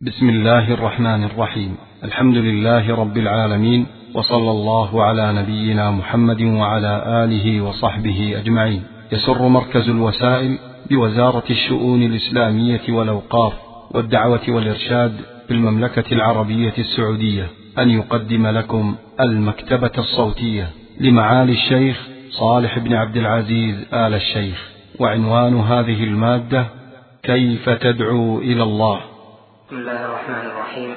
بسم الله الرحمن الرحيم. الحمد لله رب العالمين، وصلى الله على نبينا محمد وعلى آله وصحبه أجمعين. يسر مركز الوسائل بوزارة الشؤون الإسلامية والأوقاف والدعوة والإرشاد بالمملكة العربية السعودية أن يقدم لكم المكتبة الصوتية لمعالي الشيخ صالح بن عبد العزيز آل الشيخ، وعنوان هذه المادة: كيف تدعو إلى الله. بسم الله الرحمن الرحيم.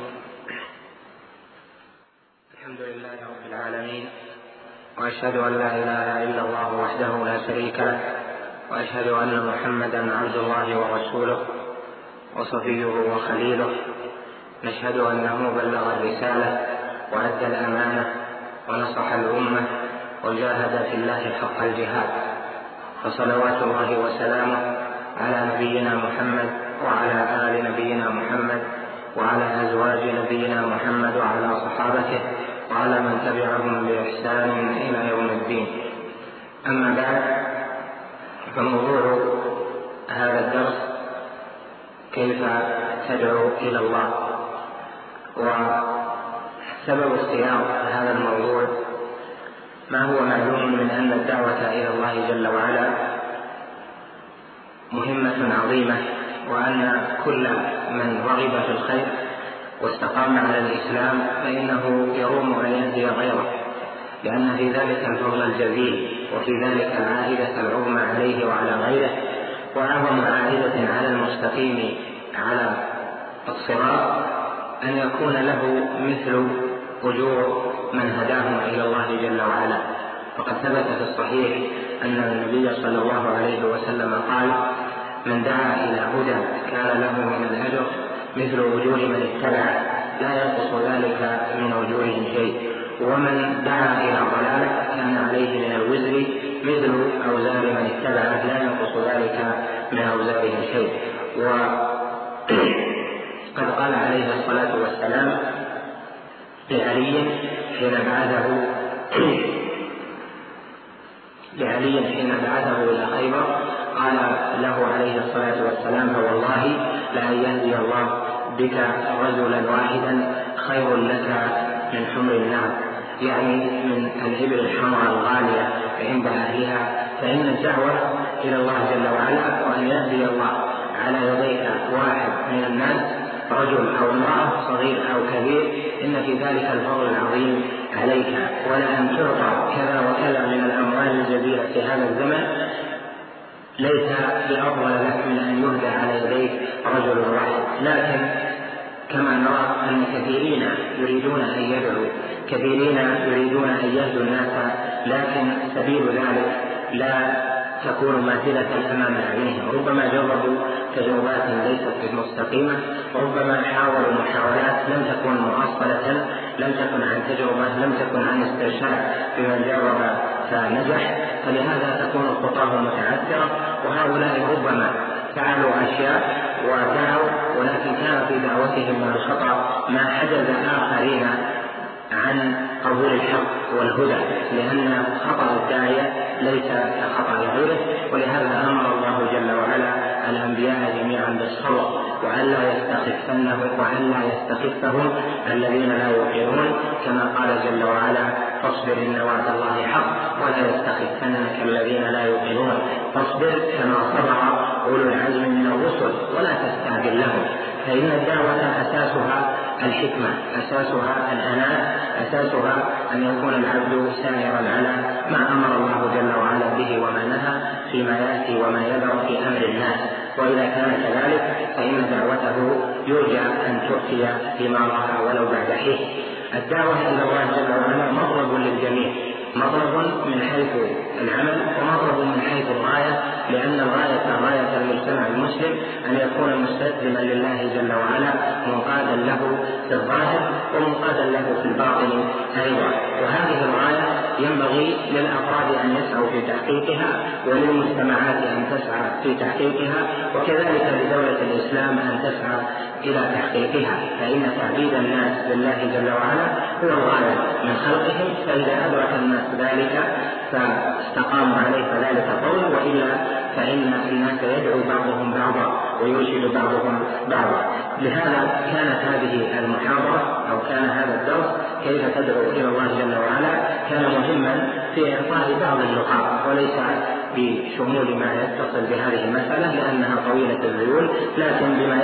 الحمد لله رب العالمين، وأشهد أن لا إله إلا الله وحده لا شريك له، وأشهد أن محمدا عبد الله ورسوله وصفيه وخليله. نشهد أنه بلغ الرسالة وأدى الأمانة ونصح الأمة وجاهد في الله حق الجهاد، فصلوات الله وسلامه على نبينا محمد وعلى آل نبينا محمد وعلى أزواج نبينا محمد وعلى صحابته وعلى من تبعهم بإحسان إلى يوم الدين. أما بعد، فموضوع هذا الدرس كيف تدعو إلى الله. وسبب اختيار هذا الموضوع ما هو معلوم من أن الدعوة إلى الله جل وعلا مهمة عظيمة، وأن كل من رغب في الخير واستقام على الإسلام فإنه يروم أن يهدي غيره، لأن في ذلك الفضل الجزيل، وفي ذلك العائدة العظمى عليه وعلى غيره، وأعظم عائدة على المستقيم على الصراط أن يكون له مثل أجور من هداهم إلى الله جل وعلا. فقد ثبت في الصحيح أن النبي صلى الله عليه وسلم قال: من دعا إلى هدى كان له من الأجر مثل أجور من اتبعه لا ينقص ذلك من أجورهم شيء، ومن دعا إلى ضلالة كان عليه من الوزر مثل أوزار من اتبعه لا ينقص ذلك من أوزارهم شيء. وقد قال عليه الصلاة والسلام لعلي حين بعثه إلى خيبر، قال له عليه الصلاة والسلام: فوالله لأن يهدي الله بك رجلا واحدا خير لك من حمر النعم، يعني من الإبل الحمراء الغالية عند أهلها. فإن الدعوة إلى الله جل وعلا وأن يهدي الله على يديك واحد من الناس، رجل أو امرأة، صغير أو كبير، إن في ذلك الفضل العظيم عليك. ولأن تعطى كذا وكذا من الأموال الجزيلة في هذا الزمن ليس بأفضل لك من أن يهدى على يديك رجل واحد. لكن كما نرى أن كثيرين يريدون أن يدعوا، كثيرين يريدون أن يهدوا الناس، لكن سبيل ذلك لا تكون ماثلة أمام أعينهم. ربما جربوا تجربات ليست مستقيمة، ربما حاولوا محاولات لم تكن مؤصلة، لم تكن عن تجربة، لم تكن عن استرشاد بمن جرب فنجح، فلهذا تكون خطاهم متعثرة. وهؤلاء ربما فعلوا أشياء ودعوا، ولكن كان في دعوتهم من الخطأ ما حجز آخرين عن قبول الحق والهدى، لأن خطأ الداعية ليس كخطأ غيره. ولهذا أمر الله جل وعلا الأنبياء جميعا بالصبر، وأن لا يستخفهم الذين لا يوقرون، كما قال جل وعلا: فاصبر إن وعد الله حق ولا يستخفنك الذين لا يوقرون. فاصبر كما صبر أولو العزم من الرسل ولا تستعجل لهم، فإن الدعوة أساسها الحكمة، أساسها الأناة، أساسها أن يكون العبد سائرا على ما أمر الله جل وعلا به وما نهى فيما يأتي وما يدعو في أمر الناس. وإذا كان كذلك فإن دعوته يرجى أن تؤتي ثمارها ولو بعد حين. الدعوة إلى الله جل وعلا مطلب للجميع، مطلب من حيث العمل ومطلب من حيث الغاية، لأن غاية المجتمع المسلم أن يكون مستسلما لله جل وعلا، منقادا له في الظاهر ومنقادا له في الباطن أيضا. وهذه الغاية ينبغي للأفراد أن يسعوا في تحقيقها، وللمجتمعات أن تسعى في تحقيقها، وكذلك لدولة الإسلام أن تسعى إلى تحقيقها. فإن تعبيد الناس لله جل وعلا هو الغاية من خلقهم، فإذا أدرك الناس ذلك فاستقاموا عليه فذلك قول، وإلا فإن الناس يدعو بعضهم بعضا ويرشد بعضهم بعضا. لهذا كانت هذه المحاضرة أو كان هذا الدرس كيف تدعو إلى الله جل وعلا كان مهما في إعطاء بعض النقاط وليس بشمول ما يتصل بهذه المسألة لأنها طويلة الذيول، لكن بما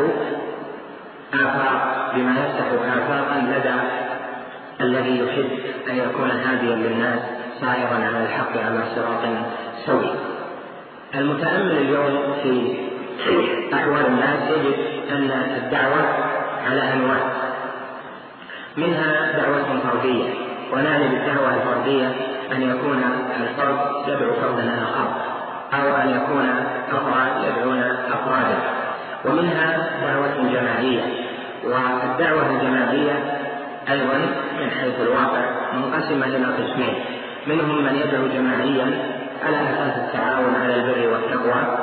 يفتح آفاقا لدى الذي يحب أن يكون هاديا للناس سائرا على الحق على صراط سوي. المتأمل اليوم في أحوال الناس يجد أن الدعوة على أنواع، منها دعوة فردية، ونعني بالدعوة الفردية أن يكون الفرد يدعو فردا آخر أو أن يكون أفراد يدعون أفرادا، ومنها دعوة جماعية. والدعوة الجماعية أيضا من حيث الواقع منقسمة إلى قسمين، منهم من يدعو جماعيا على أساس التعاون على البر والتقوى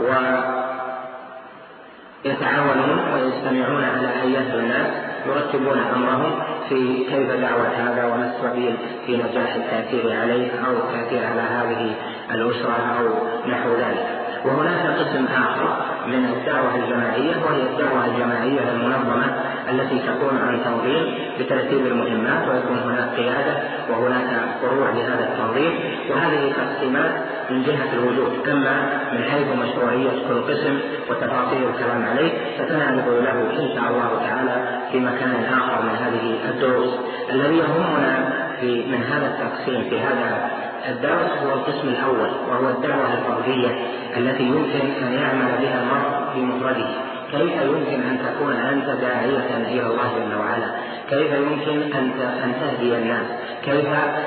ويتعاونون ويجتمعون على أن يهدوا الناس، يرتبون أمرهم في كيف دعوة هذا وما السبيل في نجاح التأثير عليه أو التأثير على هذه الأسرة أو نحو ذلك. وهناك قسم آخر من الدعوة الجماعية، وهي الدعوة الجماعية المنظمة التي تكون عن تنظيم بترتيب المهمات، ويكون هناك قيادة وهناك فروع لهذا التنظيم، وهذه تقسيمات من جهة الوجود. أما من حيث مشروعية كل قسم وتفاصيل الكلام عليه فتنعرض له إن شاء الله تعالى في مكان آخر من هذه الدروس. الذي يهمنا من هذا التقسيم في هذا الدرس هو القسم الأول، وهو الدعوة الفردية التي يمكن أن يعمل بها المرء بمفرده. كيف يمكن أن تكون أنت داعية إلى الله جل وعلا؟ كيف يمكن أن تهدي الناس؟ كيف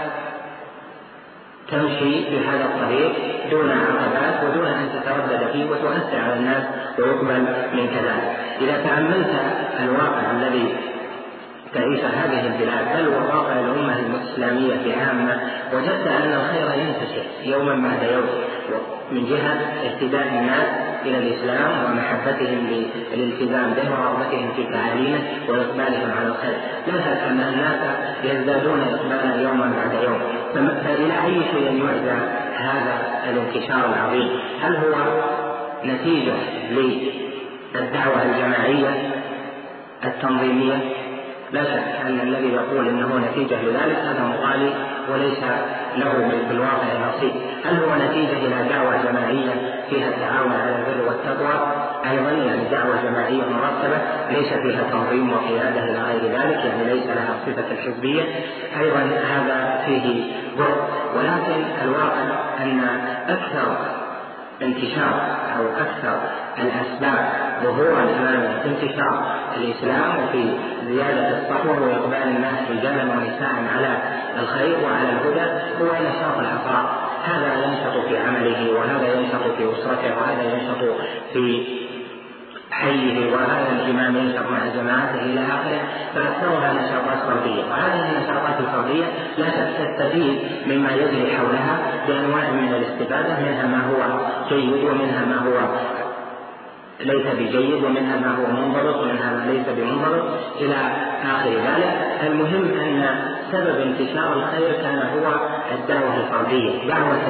تمشي في هذا الطريق دون عقبات ودون أن تتردد فيه وتؤثر على الناس ويقبل من كذلك؟ إذا تأملت الواقع الذي تعيش هذه البلاد بل وواقع الأمة الإسلامية في عامة، وجدت أن الخير ينتشر يوما بعد يوم، من جهة اهتداء الناس إلى الإسلام ومحبتهم للالتزام به ورغبتهم في تعاليمه وإقبالهم على الخير. لا شك أن الناس يزدادون إقبالا يوما بعد يوم. فإلى أي شيء يعزى هذا الانتشار العظيم؟ هل هو نتيجة للدعوة الجماعية التنظيمية؟ لا شك أن الذي يقول إنه نتيجة لذلك هذا مغالي وليس له بالواقع نصيب. هل هو نتيجة إلى دعوة جماعية فيها التعاون على البر والتقوى؟ أيضا يعني دعوة جماعية مرتبة ليس فيها تنظيم وقيادة إلى غير ذلك، يعني ليس لها صفة الحزبية، أيضا هذا فيه ضر. ولكن الواقع أن أكثر انتشار أو أكثر الأسباب ظهورا أمام انتشار الإسلام وفي زيادة الصحوة وإقبال الناس رجالا ونساء على الخير وعلى الهدى هو نشاط الأفراد. هذا ينشط في عمله، وهذا ينشط في أسرته، وهذا ينشط في حيه، وهذا الإمام ينشط مع جماعته إلى آخره، فأكثرها نشاطات فردية. وهذه النشاطات الفردية لا تستفيد مما يجري حولها بأنواع من الاستفادة، منها ما هو جيد ومنها ما هو ليس بجيد ومنها ما هو منضبط ومنها ما ليس بمنضبط إلى آخر ذلك. المهم أن سبب انتشار الخير كان هو الدعوة الفردية،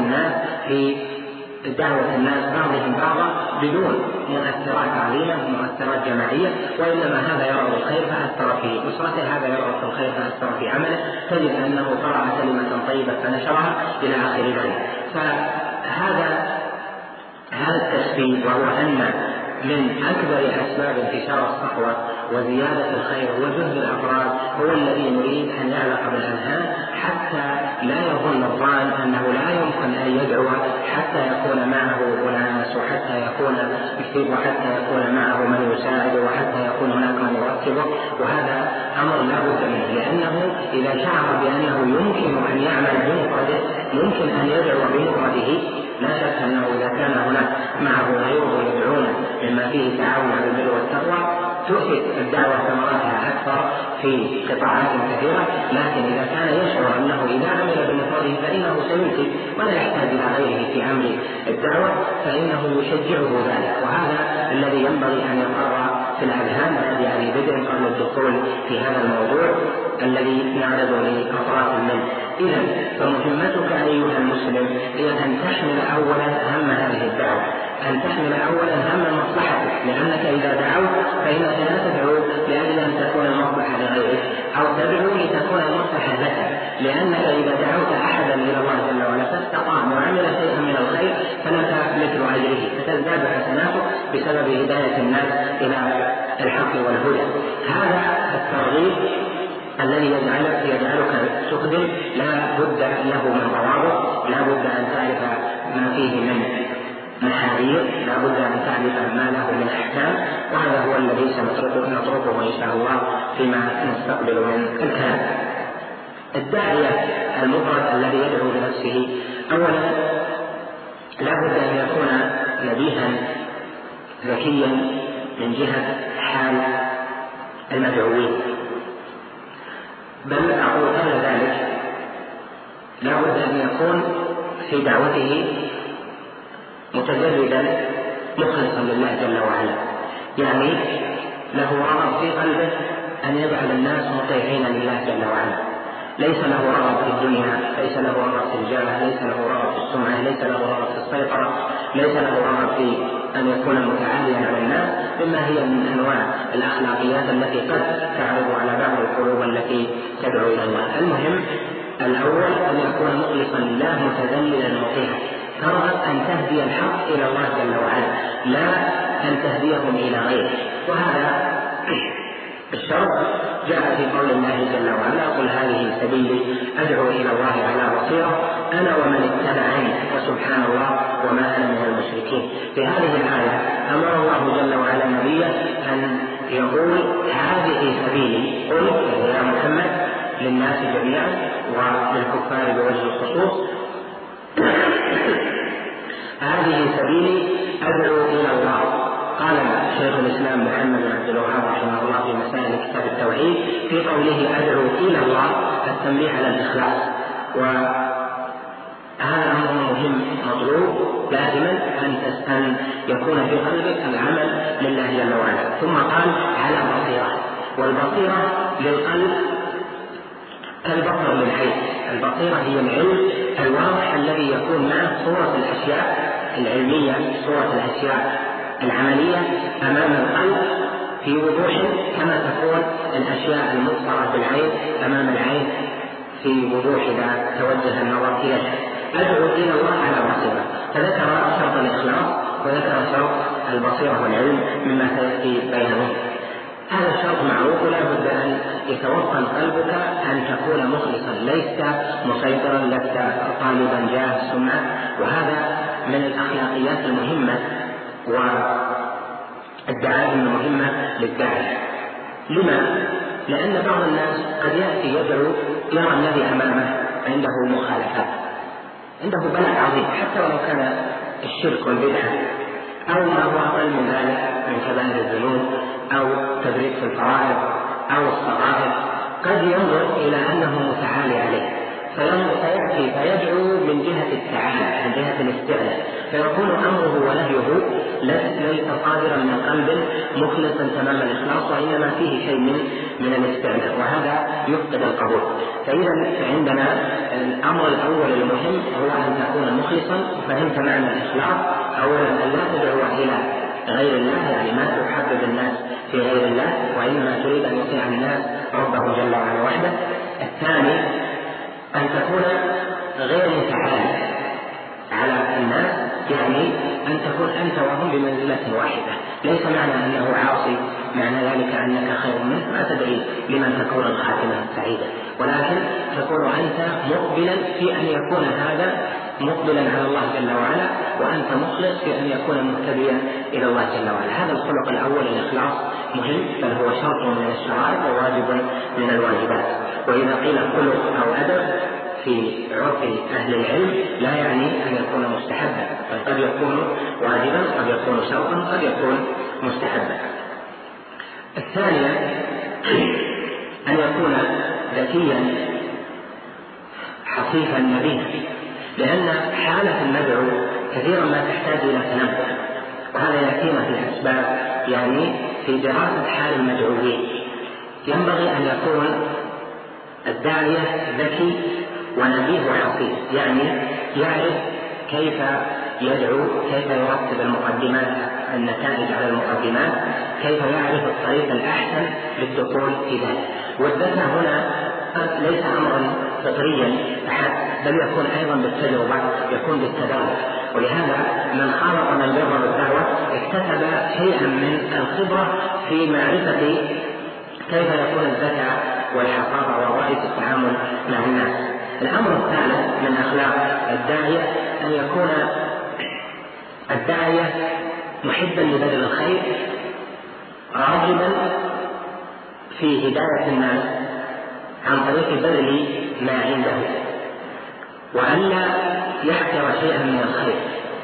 دعوة الناس بعضهم بعضا بدون مؤثرات عظيمة مؤثرات جماعية، وإنما هذا يرى الخير فأثر في أسرته، هذا يرى الخير فأثر في عمله، تجد أنه قرأ كلمة طيبة فنشرها إلى آخر ذلك. فهذا التسبيب، وهو أن من أكبر أسباب انتشار الصحوة وزيادة الخير وجهد الأفراد هو الذي نريد أن يعلق بالأذهان، حتى لا يظن الظان أنه لا يمكن أن يدعو حتى يكون معه أناس وحتى يكون يكتب وحتى يكون معه من يساعد وحتى يكون هناك من يرتبه. وهذا أمر لا بد منه، لأنه إذا شعر بأنه يمكن أن يعمل بمفرده يمكن أن يدعو بمفرده. لا شك أنه إذا كان هناك معه غيره يدعون مما فيه تعاون على البر والتقوى تؤتي الدعوة ثمراتها أكثر في قطاعات كثيرة. لكن إذا كان يشعر أنه إذا عمل بمفرده فإنه سينتج ولا يحتاج إلى غيره في أمر الدعوة فإنه يشجعه ذلك. وهذا الذي ينبغي أن يقر في الأذهان بعد أبي بدر قبل الدخول في هذا الموضوع. الذي نعرض لأطراف منه. إذا فمهمتك أيها المسلم هي أن تحمل أولا هم هذه الدعوة، أن تحمل أولا هم مصلحتك، لأنك إذا دعوت فإنك لا تدعو لأجل أن تكون المصلحة لغيرك أو تدعو لتكون المصلحة لك، لأنك إذا دعوت أحدا إلى الله جل وعلا فاستقام وعمل شيئا من الخير فلك مثل أجره، فتزداد حسناتك بسبب هداية الناس إلى الحق والهدى. هذا الترغيب الذي يجعلك تقدم لا بد له من ضوابط، لا بد أن تعرف ما فيه من محاذير، لا بد أن تعرف ما له من أحكام، وهذا هو الذي سنتركه إن شاء الله فيما نستقبل من الكلام. الداعية المفرد الذي يدعو بنفسه أولا لا بد أن يكون نبيها ذكيا من جهة حال المدعوين، بل أقول قبل ذلك لا بد أن يكون في دعوته متجردا مخلصا لله جل وعلا، يعني له رغب في قلبه أن يجعل الناس مطيعين لله جل وعلا، ليس له رغب في الدنيا، ليس له رغب في الجاه، ليس له رغب في السمعة، ليس له رغب في السيطرة، ليس له رغب في أن يكون متعاليا على الناس، مما هي من أنواع الأخلاقيات التي قد تعرض على بعض القلوب التي تدعو إلى الله. المهم الأول أن يكون مخلصا لله متذللا مطيعا، ترغب أن تهدي الحق إلى الله جل وعلا، لا أن تهديهم إلى غيره. وهذا الشرط جاء في قول الله جل وعلا: قل هذه سبيلي أدعو إلى الله على بصيرة أنا ومن اتبعني وسبحان الله وما أنا من المشركين. في هذه الآية أمر الله جل وعلا نبيه أن يقول هذه سبيلي، قل يا محمد للناس جميعا وللكفار بوجه الخصوص، هذه سبيلي أدعو إلى الله. قال شيخ الإسلام محمد بن عبد الوهاب رحمه الله في مسائل كتاب التوحيد في قوله أدعو إلى الله التنبيه على الإخلاص، وهذا أمر مهم مطلوب دائما أن يكون في قلبك العمل لله جل وعلا. ثم قال على بصيرة، والبصيرة للقلب كالبصر للعين. البصيرة هي العلم الواضح الذي يكون معه صورة الأشياء العلمية، صورة الأشياء العملية أمام القلب في وضوح، كما تكون الأشياء المبصرة بالعين أمام العين في وضوح إذا توجه النظر إليها. أدعو إلى الله على بصيرة، فذكر شرط الإخلاص وذكر شرط البصيرة والعلم مما سيأتي بيانه. هذا الشرط معروف، لا بد أن يتوطن قلبك أن تكون مخلصا، ليس مسيطرا، لست طالبا جاه سمعة. وهذا من الأخلاقيات المهمة والدعائم المهمة للداعية. لما؟ لأن بعض الناس قد يأتي يدعو يرى الذي أمامه عنده مخالفات، عنده بلاء عظيم، حتى ولو كان الشرك والبدعة أو ما هو أقل من ذلك من كبائر الذنوب أو تبريد في الفرائض أو الصغائر، قد ينظر إلى أنه متعالي عليه فيأتي فيدعو من جهة التعالي، من جهة الاستعلاء، فيكون أمره ونهيه ليس صادرا من قلب مخلصا تمام الإخلاص، وإنما فيه شيء من الاستعلاء، وهذا يفقد القبول. فإذا عندنا الأمر الأول المهم هو أن تكون مخلصا. فهمت معنى الإخلاص؟ أولا أن لا تدعو إلى غير الله، يعني ما تحبب الناس في غير الله، وإنما تريد أن يطيع الناس ربه جل وعلا وحده. الثاني أن تكون غير متعالي على الناس، يعني أن تكون أنت وهم بمنزلة واحدة، ليس معنى أنه عاصي معنى ذلك أنك خير منه، ما تدري لمن تكون الخاتمة السعيدة، ولكن تكون أنت مقبلا في أن يكون هذا مقبلا على الله جل وعلا، وأنت مخلص في أن يكون مهتديا إلى الله جل وعلا. هذا الخلق الأول الإخلاص مهم، بل هو شرط من الشرائع وواجب من الواجبات. وإذا قيل خلق أو أدب في عرف أهل العلم لا يعني أن يكون مستحبا، بل قد يكون واجبا، قد يكون شرطا، قد يكون مستحبا. الثانية أن يكون ذكيا حصيفا نبيها، لأن حالة المدعو كثيرا ما تحتاج إلى تنبه، وهذا يأتينا في الأسباب، يعني في دراسة حال المدعوين ينبغي أن يكون الداعية ذكي ونبيه وحصيف، يعني يعرف كيف يدعو، كيف يرتب المقدمات، النتائج على المقدمات، كيف يعرف الطريق الأحسن للدخول في ذلك. والذكاء هنا ليس أمرا فطريا أحد، بل يكون أيضا بالتجربة، يكون بالتدرب. ولهذا من خالط من جرب الدعوة اكتسب شيئا من الخبرة في معرفة كيف يكون الذكاء والحصافة والرأي في التعامل مع الناس. الأمر الثالث من أخلاق الداعية أن يكون الداعية محبا لبذل الخير، راغبا في هداية الناس عن طريق بذل ما عنده، وألا يحقر شيئا من الخير،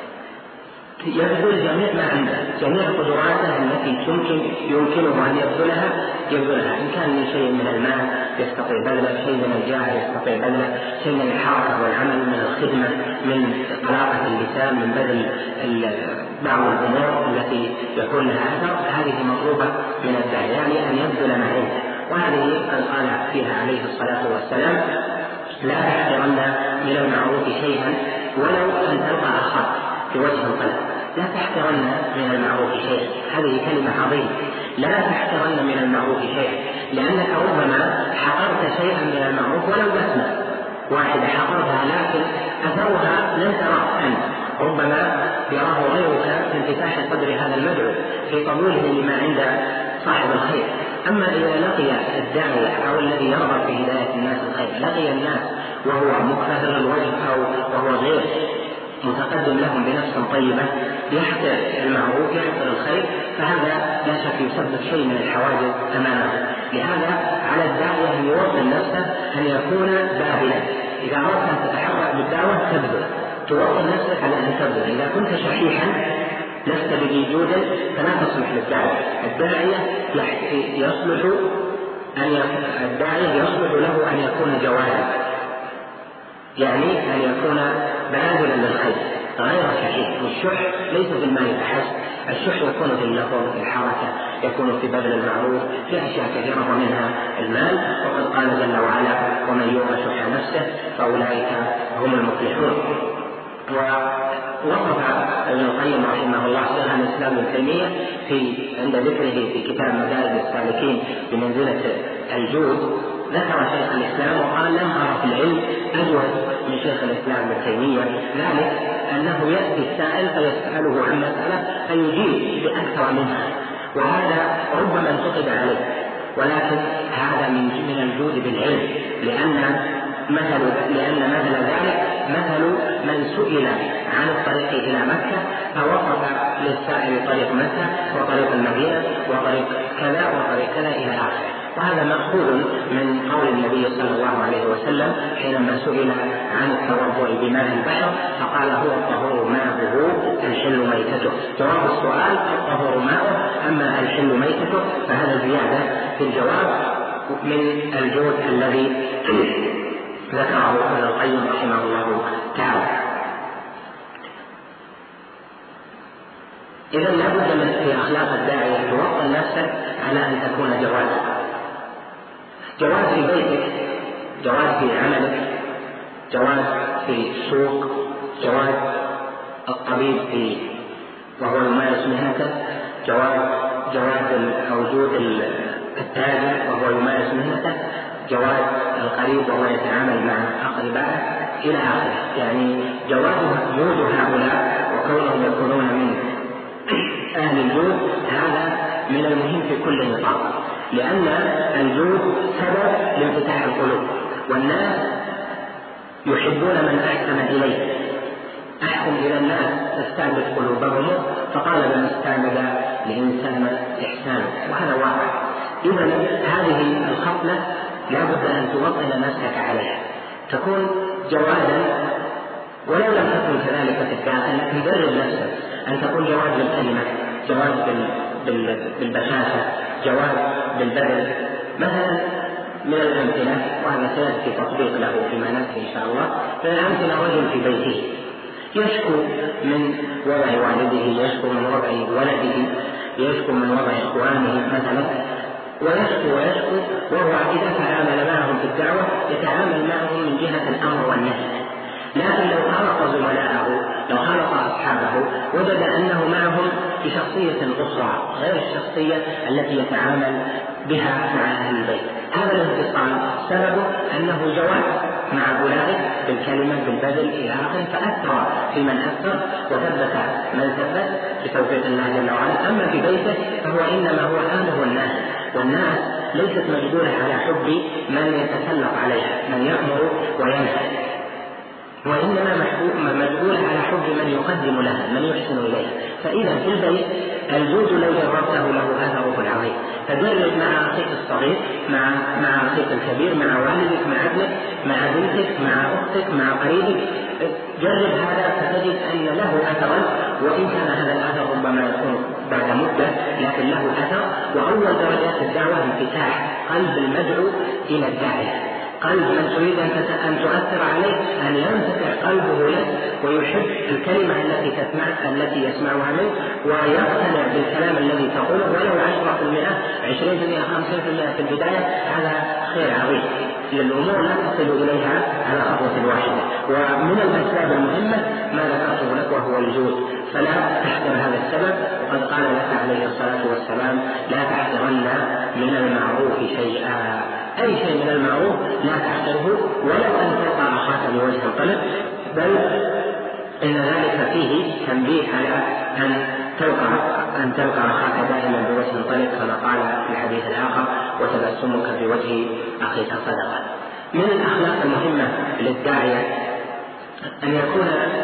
يبذل جميع ما عنده، جميع قدراته التي يمكنه أن يبذلها، إن كان من شيء من المال يستطيع بذله، شيء من الجاه يستطيع بذله، شيء من الحركة والعمل، من الخدمة، من طلاقة اللسان، من بذل بعض الأمور التي يكون لها أثر. هذه مطلوبة من الداعية، يعني أن يبذل ما عنده. وهذه قال فيها عليه الصلاة والسلام: لا تحقرن من المعروف شيئا ولو أن تلقى أخاك في وجه القلب. لا تحقرن من المعروف شيئا، هذه كلمة عظيمة. لا تحقرن من المعروف شيئا، لأنك ربما حقرت شيئا من المعروف ولو بسمة واحدة حقرتها، لكن أثرها لن تراه أنت، ربما يراه غيرك في انفتاح صدر هذا المدعو، في قبوله لما عند صاحب الخير. أما إذا لقي الداعية أو الذي يرغب في هداية الناس الخير لقي الناس وهو مكفر الوجه أو وهو غير متقدم لهم بنفس طيبة، يحقر المعروف، يحقر الخير، فهذا لا شك يسبب شيء من الحواجز أمامه. لهذا على الداعية أن يوطن نفسه أن يكون باذلا. إذا أردت أن تتحرك بالدعوة تبذل، توطن نفسك على أن تبذل. إذا كنت شحيحا لست بذي جود فلا تصلح للدعوة. الداعية يصلح له أن يكون جوادا، يعني أن يكون باذلا للخير غير شحيح. والشح ليس في المال فحسب، الشح يكون في اللفظ، في الحركة، يكون في بذل المعروف، في أشياء كثيرة ومنها المال. وقد قال جل وعلا: ومن يوق شح نفسه فأولئك هم المفلحون. ووصف ابن القيم رحمه الله شيخ الإسلام ابن تيمية عند ذكره في كتاب مدارج السالكين بمنزلة الجود، ذكر شيخ الإسلام وقال: لم أرى في العلم أجود من شيخ الإسلام ابن تيمية، ذلك أنه يأتي السائل فيسأله عن مسألة فيجيب بأكثر منها، وهذا ربما انتقد عليه، ولكن هذا من الجود بالعلم، لأن مثل ذلك مثل من سئل عن الطريق إلى مكة فوصف للسائل طريق مكة وطريق المدينة وطريق كذا وطريق كذا إلى آخره. وهذا مأخوذ من قول النبي صلى الله عليه وسلم حينما سئل عن التوضؤ بماء البحر فقال: هو الطهور ماؤه الحل ميتته. جواب السؤال: الطهور ماؤه، أما الحل ميتته فهذا زيادة في الجواب من الجود الذي ذكره ابن القيم رحمه الله تعالى. إذا لابد من في أخلاق الداعية توطن نفسك على أن تكون جواد في بيتك، جواد في عملك، جواد في السوق، جواد الطبيب وهو يمارس مهنته، جواد وجود التاجر وهو يمارس مهنته، جواد القريب وهو يتعامل مع أقربائه إلى آخره. يعني جود هؤلاء وكونهم يكونون من أهل الجود هذا من المهم في كل نطاق، لأن الجود سبب لانفتاح القلوب، والناس يحبون من أحسن إليه. أحسن إلى الناس تستعبد قلوبهم، فقال: من استعبد لإنسان إحسانه، وهذا واقع. إذن هذه الخصلة لا بد أن توطن نفسك عليها، تكون جوادا ولو لم تكن كذلك في الداخل، لكن درب نفسك أن تكون جواد بالكلمة، جواد بالبشاشة، جواد بالبذل. مثلا من الأمثلة، وهذا سيأتي تطبيق له فيما نأتي إن شاء الله، من الأمثلة رجل في بيته يشكو من وضع والده، يشكو من وضع ولده، يشكو من وضع إخوانه مثلا، ويشكو وهو إذا تعامل معهم في الدعوة يتعامل معهم من جهة الأمر والنهي. لكن لو خلط زملائه، لو خلط أصحابه، وجد أنه معهم بشخصية أخرى غير الشخصية التي يتعامل بها مع أهل البيت. هذا الانفصال سببه أنه جواد مع أولئك بالكلمة بالبذل إلى آخره، فأثر في من أثر وثبت من ثبت بتوفيق الله جل وعلا. أما في بيته فهو إنما هو آله الناس، والناس ليست مجبولة على حب من يتسلط عليها، من يأمر وينهى، وإنما مجبولة على حب من يقدم لها، من يحسن إليها. فإذا في البيت الجود لو جربته له أثره العظيم. فجرب مع أخيك الصغير، مع أخيك الكبير، مع والدك، مع ابنك، مع بنتك، مع أختك، مع قريبك، جرب هذا فتجد أن له أثرا، وإن كان هذا الأثر ربما يكون بعد مدة لكن له أثر. وأول درجات الدعوة انفتاح قلب المدعو إلى الداعية، قلب من تريد أن تؤثر عليه أن ينفتح قلبه لك ويحب الكلمة التي يسمعها منك ويقتنع بالكلام الذي تقوله، ولو 10%، 20%، 50% في البداية. هذا خير عظيم، للأمور لا تصل إليها على خطوة واحدة. ومن الأسباب المهمة ما ذكرته لك وهو الجود، فلا تحتر هذا السبب. وقد قال لك عليه الصلاة والسلام: لا تحترن من المعروف شيئا، أي شيء من المعروف لا تحتره، ولو أن تلقى أخاك بوجه طلق، بل إن ذلك فيه تنبيه على أن تلقى أخاك دائما بوجه طلق، كما قال في الحديث الآخر: وتبسمك في وجه أخيك صدقة. من الأخلاق المهمة للداعية أن يكون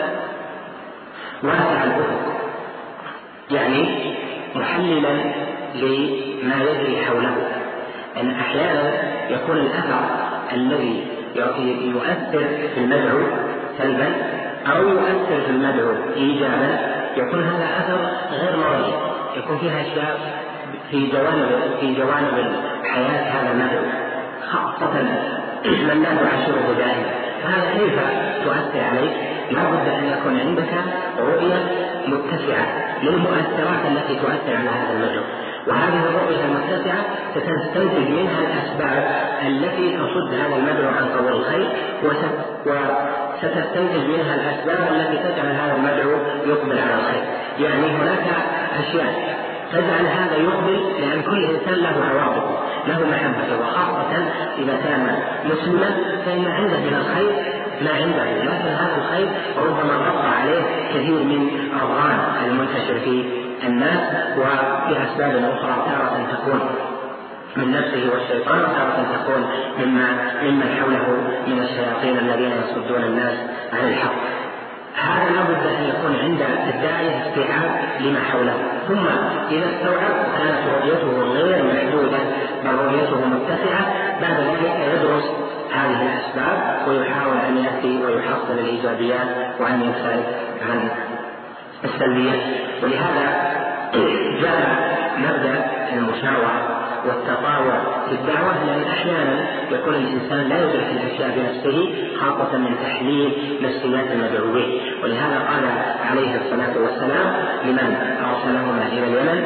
واسع الأفق، يعني محللا لما يجري حوله. أن أحيانا يكون الأثر الذي يؤثر في المدعو سلبا أو يؤثر في المدعو إيجابا، يكون هذا أثر غير مرئي، يكون فيها أشياء في جوانب الحياة هذا المدعو، خاصة من لا تعاشره دائما. فهذا كيف تؤثر عليك؟ لا بد أن يكون عندك رؤية متسعة للمؤثرات التي تؤثر على هذا المدعو، وهذه الرؤية المتسعة ستستنتج منها الأسباب التي تصد هذا المدعو عن طريق الخير، وستستنتج منها الأسباب التي تجعل هذا المدعو يقبل على الخير. يعني هناك أشياء تجعل هذا يقبل، لأن كل إنسان له عواطفه، له محبته، وخاصة إذا كان مسلما فإن عنده من الخير ما عنده، لكن هذا الخير ربما غطى عليه كثير من الأضرار المنتشر في الناس، وبأسباب أخرى تارة تكون من نفسه والشيطان، وتارة تكون ممن حوله من الشياطين الذين يصدون الناس عن الحق. هذا لا بد أن يكون عند الداعية استيعاب لما حوله، ثم إذا استوعب كانت رؤيته غير محدودة بل رؤيته متسعة. بعد ذلك يدرس هذه الأسباب ويحاول أن يأتي ويحصل الإيجابيات وأن يبتعد عن السلبيات. ولهذا جاء مبدأ المشاورة والتطاوع في الدعوة، لأن أحيانا يكون الإنسان لا يدرك الأشياء بنفسه، خاصة من تحليل نفسيات المدعوين. ولهذا قال عليه الصلاة والسلام لمن أرسلهما إلى اليمن: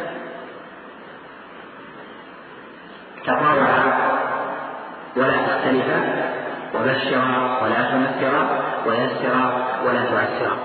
تطاوعا ولا تختلفا، وبشرا ولا تنفرا، ويسرا ولا تعسرا.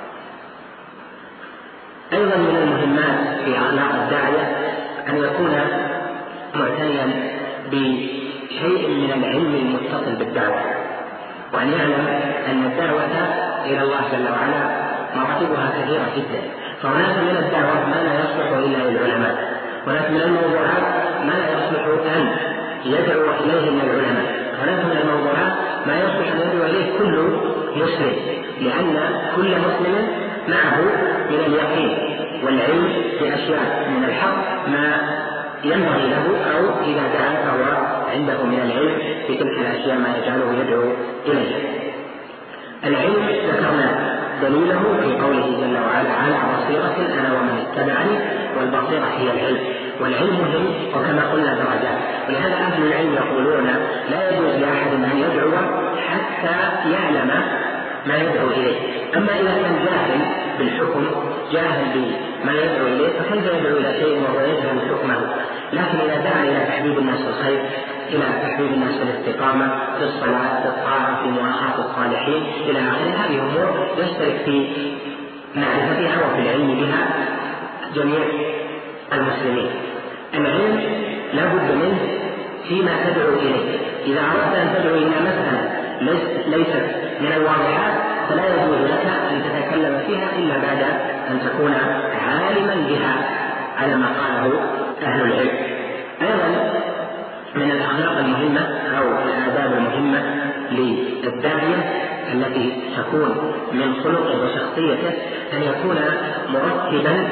أيضا من المهمات في أخلاق الداعية أن يكون معتنيا بشيء من العلم المتصل بالدعوة، وأن يعلم أن الدعوة إلى الله جل وعلا مراتبها كثيرة جدا. فهناك من الدعوة ما لا يصلح إلا للعلماء، هناك من الموضوعات ما لا يصلح أن يدعو إليه من العلماء، هناك من الموضوعات ما يصلح أن يدعو إليه كل مسلم، لأن كل مسلم معه من اليقين والعلم بأشياء من الحق ما ينبغي له، أو إذا دعا فهو عنده من العلم بتلك الأشياء ما يجعله يدعو إليه. العلم ذكرنا دليله في قوله جل وعلا: على بصيرة أنا ومن اتبعني. والبصيرة هي العلم، والعلم مهم، وكما قلنا درجات. ولهذا أهل العلم يقولون لا يجوز لأحد أن يدعو حتى يعلم ما يدعو إليه. أما إذا كان جاهل بالحكم، جاهل بما يدعو إليه، فكيف يدعو إلى شيء وهو يجهل حكمه؟ لكن إذا دعا إلى تحبيب الناس الخير، إلى تحبيب الناس في الاستقامة، في الصلاة، في الطاعة، في مؤاخاة الصالحين إلى آخره، هذه أمور يشترك في معرفتها وفي العلم بها جميع المسلمين. العلم لا بد منه فيما تدعو إليه. إذا أردت أن تدعو إلى مسألة ليست من الواضحات فلا يجوز لك أن تتكلم فيها إلا بعد أن تكون عالما بها على ما قاله أهل العلم. أيضا من الأخلاق المهمة أو الآداب المهمة للداعية التي تكون من خلقه وشخصيته أن يكون مرتبا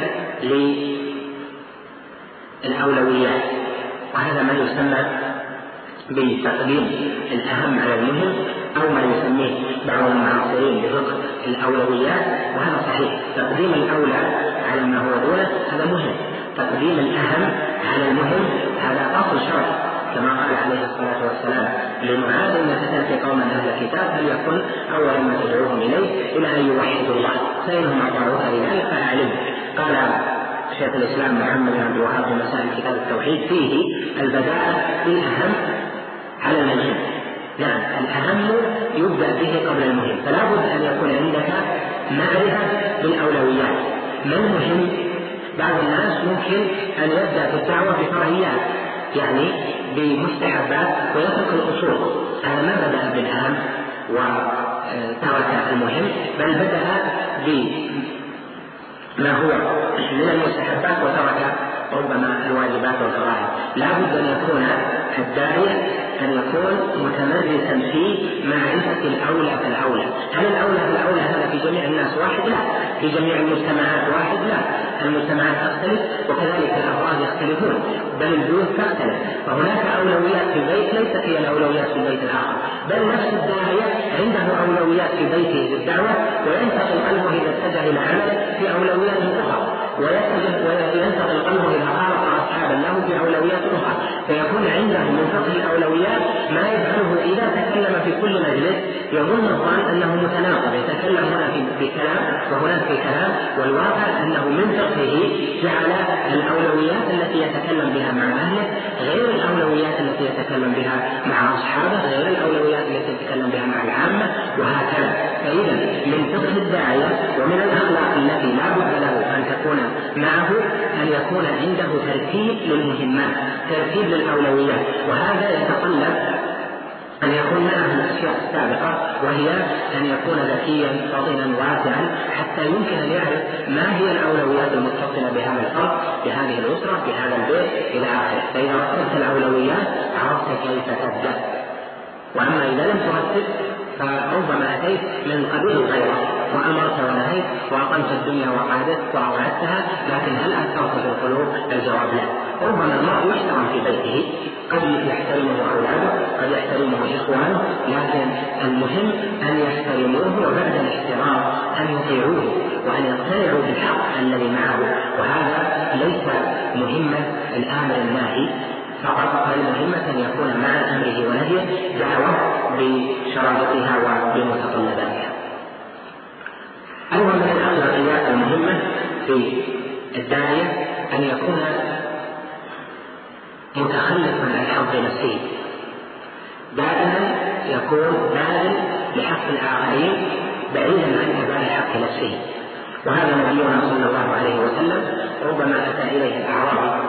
للأولويات، وهذا ما يسمى بتقديم الأهم على المهم، أو ما يسميه بعض المعاصرين بفقه الأولويات. وهذا صحيح، تقديم الأولى على ما هو دونه هذا مهم، تقديم الأهم على المهم هذا أصل شرع، كما قال عليه الصلاة والسلام لمعاذ إنك تأتي قوما أهل الكتاب فليكن أول ما تدعوهم إليه إلى أن يوحدوا الله فإنهم أطاعوك لذلك فأعلم. قال شيخ الإسلام محمد بن عبد الوهاب في مسائل كتاب التوحيد فيه البداءة بالأهم على المهم. نعم، الأهم يبدأ به قبل المهم، فلا بد أن يكون عندك معرفة بالأولويات. ما المهم؟ بعض الناس ممكن أن يبدأ في الدعوة بفرعيات، يعني بمستحبات ويترك الأصول. هذا ما بدأ بالأهم وترك المهم، بل بدأ بما هو من المستحبات وترك ربما الواجبات والفرائض. لا بد أن يكون الداعية أن يكون متمرسا في معرفة الأولى فالأولى. هل الأولى فالأولى هذا في جميع الناس واحد؟ لا. في جميع المجتمعات واحد؟ لا. المجتمعات تختلف وكذلك الأفراد يختلفون، بل البيوت تختلف، فهناك أولويات في البيت ليست هي الأولويات في البيت الآخر، بل نفس الداعية عنده أولويات في بيته للدعوة وينتقل قلبه إذا اتجه إلى عمل في أولويات أخرى، وينتقل قلبه إلى خالق أصحابا له في أولويات أخرى، فيكون عنده من فقه الأولويات ما يجعله إذا تكلم في كل مجلس يظن الظان أنه متناقض، يتكلم هنا في كلام وهناك في كلام، والواقع أنه من فقهه جعل الأولويات التي يتكلم بها مع أهله غير الأولويات التي يتكلم بها مع أصحابه، غير الأولويات التي يتكلم بها مع العامة، وهكذا. فإذا من فقه الداعية ومن الأخلاق التي لا بد له أن تكون معه أن يكون عنده ترتيب للمهمات، ترتيب للأولويات، وهذا يتطلب أن يكون معه الأشياء السابقة، وهي أن يكون ذكيا فطنا واسعا حتى يمكن أن يعرف ما هي الأولويات المتصلة بهذا الفرد، بهذه الأسرة، بهذا البيت إلى آخره. فإذا رتبت الأولويات عرفت كيف تبدأ. وأما إذا لم ترتب فربما أتيت من قبيل غيره وأمرت ونهيت وأقمت الدنيا وأقعدتها، لكن هل أثرت في القلوب؟ الجواب لا. ربما المرء يحترم في بيته، قد يحترمه أولاده، قد يحترمه إخوانه، لكن المهم أن يحترموه، وبعد الاحترام أن يطيعوه وأن يقتنعوا بالحق الذي معه. وهذا ليس مهمة الآمر الناهي فقط، بل مهمة أن يكون مع أمره ونهيه دعوة بشرائطها وبمتطلباتها. أيضا من الأخلاقيات المهمة في الداعية أن يكون متخلفا عن حق نفسه، دائما يكون باذل لحق الآخرين بعيدا عن أداء حق نفسه. وهذا نبينا صلى الله عليه وسلم ربما أتى إليه الأعرابي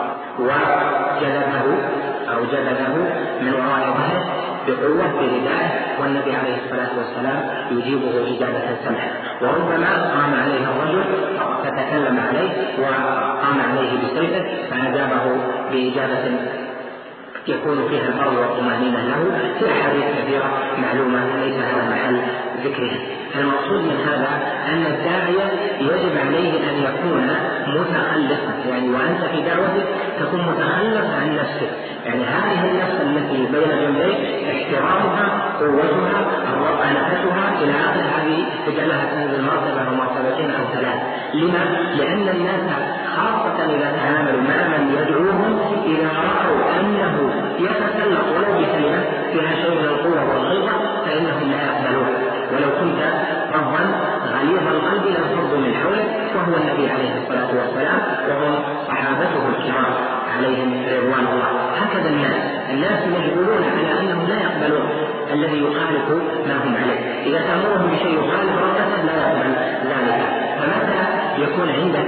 وجذبه من وراء ظهره بقوة بردائه، والنبي عليه الصلاة والسلام يجيبه إجابة سمحة. وربما قام عليه الرجل فتكلم عليه وقام عليه بسيفه فأجابه بإجابة يكون فيها الفرض والطمأنينة له في أحاديث كثيرة معلومة ليس هذا محل ذكرها. المقصود من هذا أن الداعية يجب عليه أن يكون متخلفا، يعني وأنت في دعوتك تكون متخلف عن نفسك، يعني هذه النفس التي بين جنبيك احترامها، قوتها، نفسها إلى آخر، هذه تجعلها تنزل مرتبة ومرتبتين أو ثلاث. لما؟ لأن الناس خاصة إذا تعاملوا مع من يدعوهم إذا رأوا أنه يتسلط ولو بكلمة فيها شيء من القوة والغلظة فإنهم لا يقبلون. ولو كنت فظا غليظ القلب لانفضوا من حولك، وهو النبي عليه الصلاة والسلام وهم صحابته الكرام عليهم رضوان هكذا الناس مجبولون على أنهم لا يقبلون الذي يخالف ما هم عليه. إذا تأمرهم بشيء يخالف رغبة لا يقبل ذلك. فمتى يكون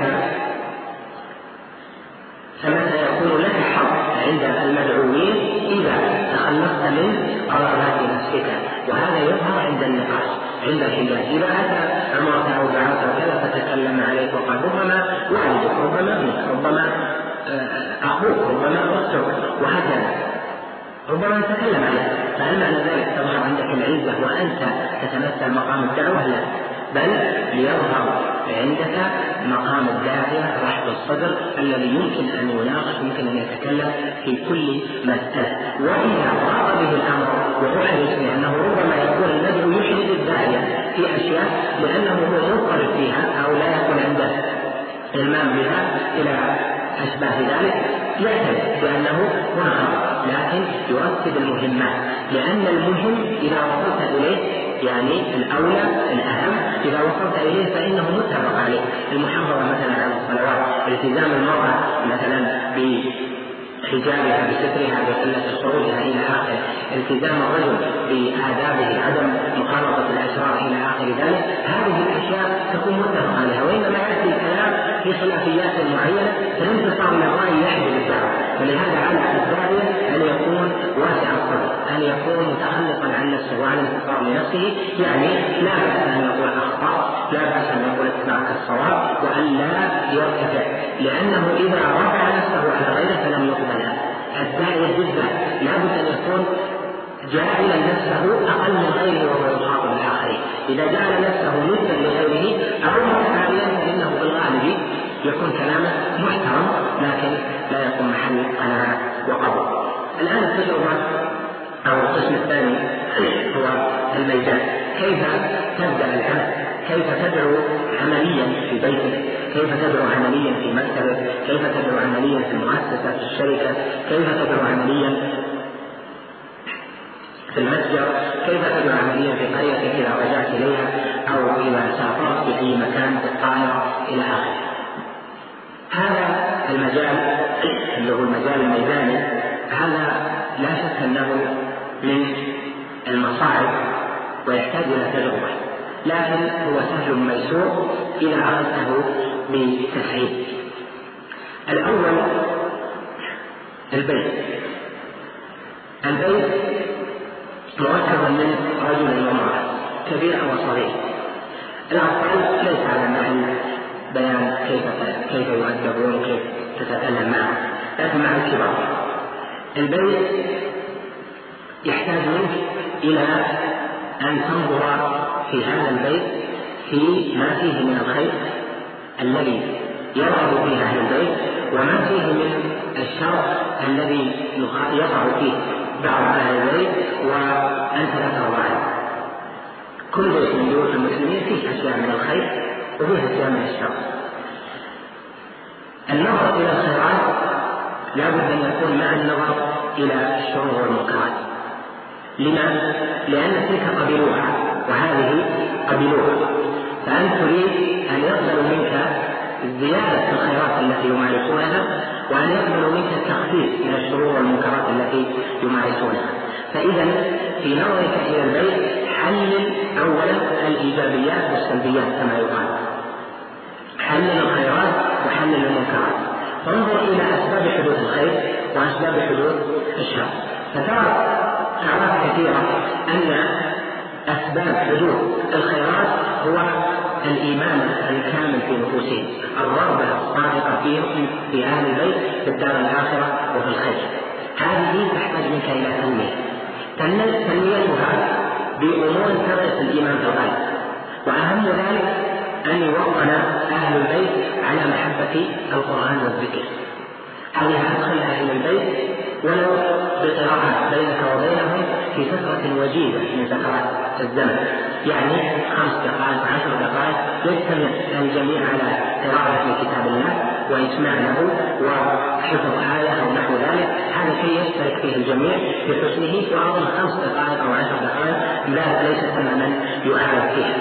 لك حظ عند المدعوين إذا تخلصت من رغبات نفسك، وهذا يظهر عند النقاش عند الحجاج. إذا أتى أمرك أو دعاك وكذا فتكلم عليك وقال ربما والدك، ربما ابنك، ربما أخوك، ربما أختك، وهكذا ربما تتكلم عليك، فهل معنى ذلك تظهر عندك العزة وأنت تتمثل مقام الدعوة؟ لا، بل ليظهر عندك مقام الداعية رحب الصدر الذي يمكن أن يناقش، يمكن أن يتكلم في كل مسألة. وإذا ضاق به الأمر وأحرج، لأنه ربما يكون المدعو يحرج الداعية في أشياء لأنه هو يضطرب فيها أو لا يكون عنده المام بها إلى أشباه ذلك، يعترف بأنه هنا، لكن يرتب المهمات، لأن المهم إذا وصلت إليه يعني الأولى الأهم إذا وصلت إليه فإنه متفق عليه. المحافظة مثلا على الصلوات، التزام المرأة مثلا بحجابها بسترها بقلة خروجها إلى آخره، التزام الرجل بآدابه، عدم مخالطة الأشرار إلى آخر ذلك، هذه الأشياء تكون متفق عليها. وإنما يأتي الكلام في خلافيات معينة فالانتصار من الرأي يحدث الدعوة. ولهذا على الداعية أن يكون واسع الصدر، أن يكون متخلقا عن نفسه وعن الانتصار لنفسه، يعني لا بأس أن يقول أخطأ، لا بأس أن يقول اتبعك الصواب، وأن لا يرتفع، لأنه إذا رفع نفسه على غيره فلم يقبل. الداعية جدا لابد أن يكون جاعلا نفسه أقل من غيره وهو يخاطب الآخرين. إذا جعل نفسه مثلا لغيره أو متعاليا فإنه بالغالب يكون كلامه محترم لكن لا يكون محل قناعة وقبول. الآن التجربة أو القسم الثاني هو الميدان، كيف تبدأ العمل، كيف تدعو عمليا في بيتك، كيف تدعو عمليا في مكتبك، كيف تدعو عمليا في المؤسسة في الشركة، كيف تدعو عمليا في المتجر، كيف تدعو عمليا في قريتك إذا رجعت إليها أو إذا سافرت في أي مكان في الطائرة إلى آخره. هذا المجال اللي هو المجال الميداني، هذا لا شك أنه من المصاعب ويحتاج إلى تجربة، لكن هو سهل ميسور إذا أخذته بتسهيل. الأول البيت مركبا من رجل وامرأة، كبير وصغير. الأطفال ليس على محل بيان كيف يؤدبون وكيف تتكلم معهم، لكن مع الكبار. البيت يحتاج منك إلى أن تنظر في هذا البيت في ما فيه من الخير الذي يرغب فيه أهل البيت، وما فيه من الشر الذي يقع فيه بعض أهل البيت وأنت لا ترضى عنه. كل بيت من بيوت المسلمين فيه أشياء من الخير وفيه أشياء من الشر. النظر إلى الخيرات لا بد أن يكون مع النظر إلى الشرور والمنكرات. لما؟ لأن تلك قبلوها وهذه قبلوها، فأنت تريد أن يقبلوا منك زيادة الخيرات التي يمارسونها وأن يقبلوا منك التخفيف من الشرور والمنكرات التي يمارسونها. فإذا في نظرك إلى البيت حلل أولا الإيجابيات والسلبيات كما يقال، حلل الخيرات وحلل المنكرات، فانظر إلى أسباب حدوث الخير وأسباب حدوث الشر، فترى أعراف كثيرة أن أسباب حدوث الخيرات هو الإيمان الكامل في نفوسهم، الرغبة الصادقة فيهم في أهل البيت في الدار الآخرة وفي الخير. هذه تحتاج منك إلى تنميتها بأمور تغرس الإيمان في القلب، وأهم ذلك أن يوطن أهل البيت على محبة القرآن والذكر. هذه أدخلها إلى البيت ولو بقراءة بينك وبينهم في فترة وجيزة من فترات الزمن، يعني 5 دقائق 10 دقائق يجتمع الجميع على قراءة كتاب الله وإسماع له وحفظ آية أو نحو ذلك، هذا شيء يشترك فيه الجميع بحسنه، وأظن 5 دقائق أو 10 دقائق لا ليس ثمنا يعاد فيها.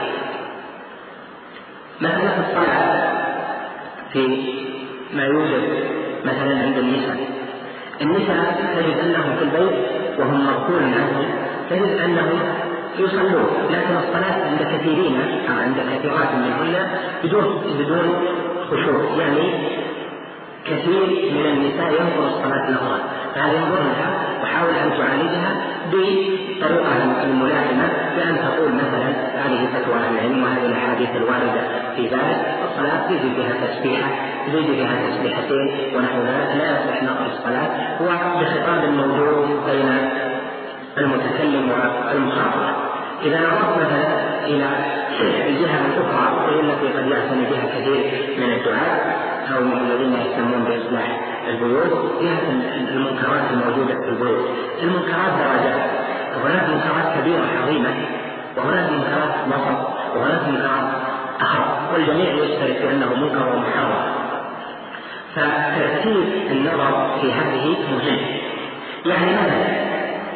مثلا في الصلاة في ما يوجد مثلا عند النساء النساء تجد أنهم في البيت وهم مغفول عنهم، تجد أنهم يصلون، لكن الصلاة عند كثيرين أو عند كثيرات منهن بدون خشوع، يعني كثير من النساء ينظر الصلاة لغوا، فهذا ينظر لها وحاول أن تعالجها بطريقة الملائمة، بأن تقول مثلا هذه فتوى أهل العلم وهذه الأحاديث الواردة في ذلك، الصلاة تزيد بها تسبيحة، تزيد بها تسبيحتين ونحو ذلك، لا يصح نقل الصلاة، وبخطاب موجود بين المتكلم والمخاطب. إذا نظرت مثلا إلى الجهة الأخرى وهي التي قد يعتني بها كثير من الدعاة أو من الذين يهتمون بإصلاح البيوت، جهة المنكرات الموجودة في البيوت. المنكرات درجات، وهناك منكرات كبيرة عظيمة، وهناك منكرات وسط، وهناك منكرات أخف، والجميع يشترك في أنه منكر ومحرم. فترتيب النظر في هذه مهم. يعني مثلا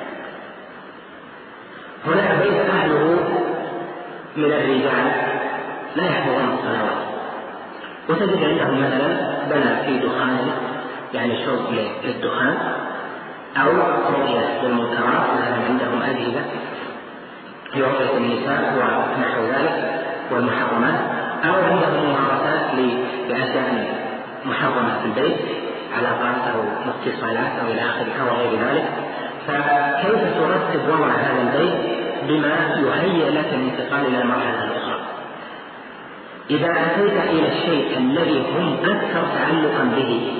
هناك بيت أهله من الرجال لا يحفظون الصلوات، وتجد عندهم مثلا بنى في دخان، يعني شرب للدخان، أو رؤية للمنكرات، مثلا عندهم أجهزة في رؤية النساء ونحو ذلك والمحرمات، أو عندهم ممارسات لأشياء محرمة في البيت، علاقات أو اتصالات أو إلى آخره أو غير ذلك. فكيف ترتب وضع هذا البيت بما يهيئ لك الانتقال إلى المرحلة الأخرى؟ إذا أتيت إلى الشيء الذي هم أكثر تعلقا به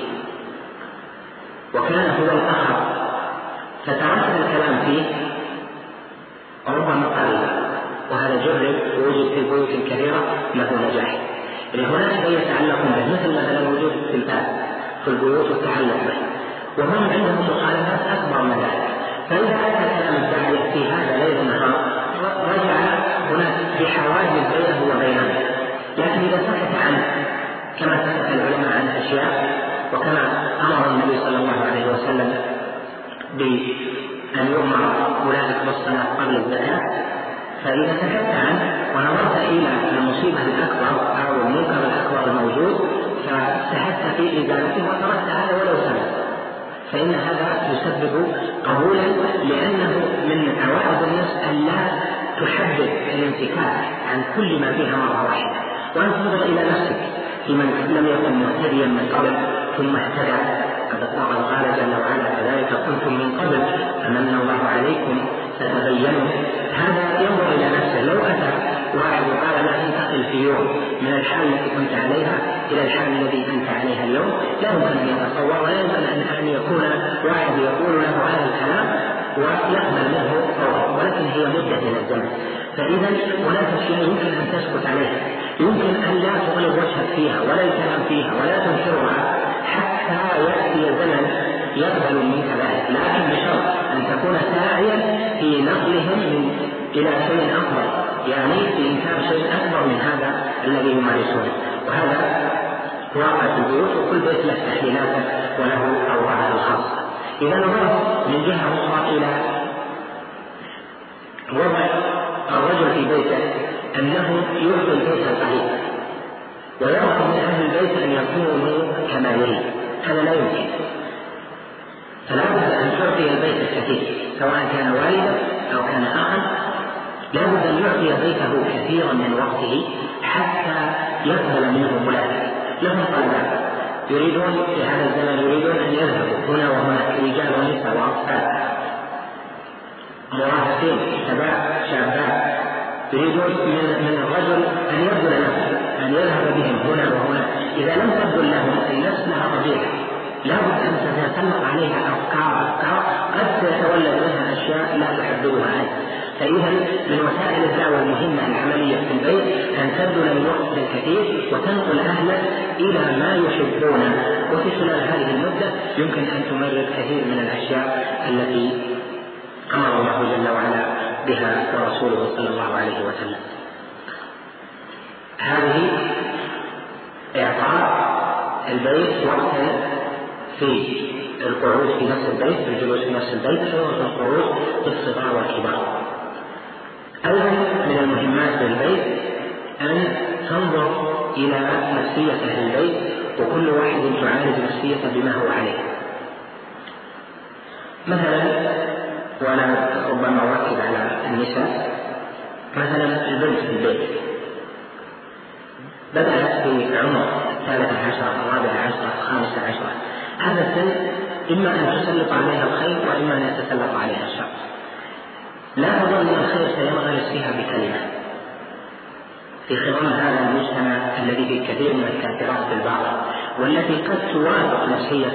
وكان هو الآخر فتركت الكلام فيه، ربما قل، وهذا جرب ووجد في بيوت كثيرة له نجاح. هناك من يتعلق به، مثلا وجود التلفاز في البيوت والتعلق به، وهم عندهم مخالفات أكبر من ذلك. فإذا أتى كلام الداعية في هذا ليل نهار رجع هناك بحواجز بينه وبينه. لكن إذا سكت عنه كما سكت العلماء عن أشياء، وكما أمر النبي صلى الله عليه وسلم بأن يؤمر أولئك بالصلاة قبل الزكاة، فإذا سكت عنه ونظرت إلى المصيبة الأكبر أو المنكر الأكبر الموجود فسهدت في إزالته وتركت هذا ولو سبب، فإن هذا يسبب قبولا، لأنه من عوائد النفس أن لا تحدد الانفكاك عن كل ما فيها مرة واحدة، وأن تنظر إلى نفسك في من لم يكن مهتديا من قبل ثم اهتدى. قال جل وعلا: كذلك كنتم من قبل فمن الله عليكم فتبينوا. هذا ينظر إلى نفسه. لو أتى واحد وقال لا تنتقل في يوم من الحال التي كنت عليها إلى الحال الذي أنت عليها اليوم، لا يمكن أن يتصور ولا يمكن أن يكون واحد يقول له هذا الكلام ويقبل منه فورا، ولكن هي مدة من الزمن. فإذا هناك أشياء يمكن أن تسكت عليها، يمكن أن لا تغلب وجهك فيها ولا الكلام فيها ولا تنشرها حتى يأتي زمن يقبل منك ذلك، لكن بشرط أن تكون ساعيا في نقلهم إلى شيء أكبر، يعني في إنكار شيء أكبر من هذا الذي يمارسونه. وهذا واقع في البيوت، وكل بيت له تحليلاته وله أوضاعه الخاصة. إذا نظرت من جهة أخرى إلى وضع الرجل في بيته أنه يعطي البيت القليل ويرغب من أهل البيت أن يكونوا كما يريد، هذا لا يمكن. فلا بد أن تعطي البيت الكثير، سواء كان والدا أو كان أخا، لا بد أن يعطي بيته كثيرا من وقته حتى يقبل منه ملائكة. لهم طلبات يريدون في هذا الزمن، يريدون أن يذهبوا هنا وهناك، رجال ونساء وأطفال، مراهقين، شباب، يريدون من الرجل أن يبذل نفسه، أن يذهب بهم هنا وهنا. إذا لم تبذل لهم، النفس لها طبيعة، لا بد أن تتسلط عليها أفكار قد تتولد منها أشياء لا تحددها أنت. فإذا من وسائل الدعوة المهمة العملية في البيت أن تبذل من وقت كثير وتنقل أهلك إلى ما يحبون، وفي خلال هذه المدة يمكن أن تمرر كثير من الأشياء التي أمر الله جل وعلا بها ورسوله صلى الله عليه وسلم. هذه إعطاء البيت وقتا في القعود في نفس البيت، في الجلوس في نفس البيت، وفي القعود بالصغار والكبار. أيضا من المهمات للبيت أن تنظر إلى نفسية أهل البيت، وكل واحد تعالج نفسيته بما هو عليه. مثلا، وأنا ربما أركز على النساء، مثلا البنت في البيت بدأت في عمر 13 14 15، هذا السن إما أن تسلط عليها الخير وإما أن يتسلط عليها الشر. لا أظن أن الخير سينغمس فيها بكلمة في خضم هذا المجتمع الذي فيه كثير من الكافرات بالباطل، والتي قد توافق نفسية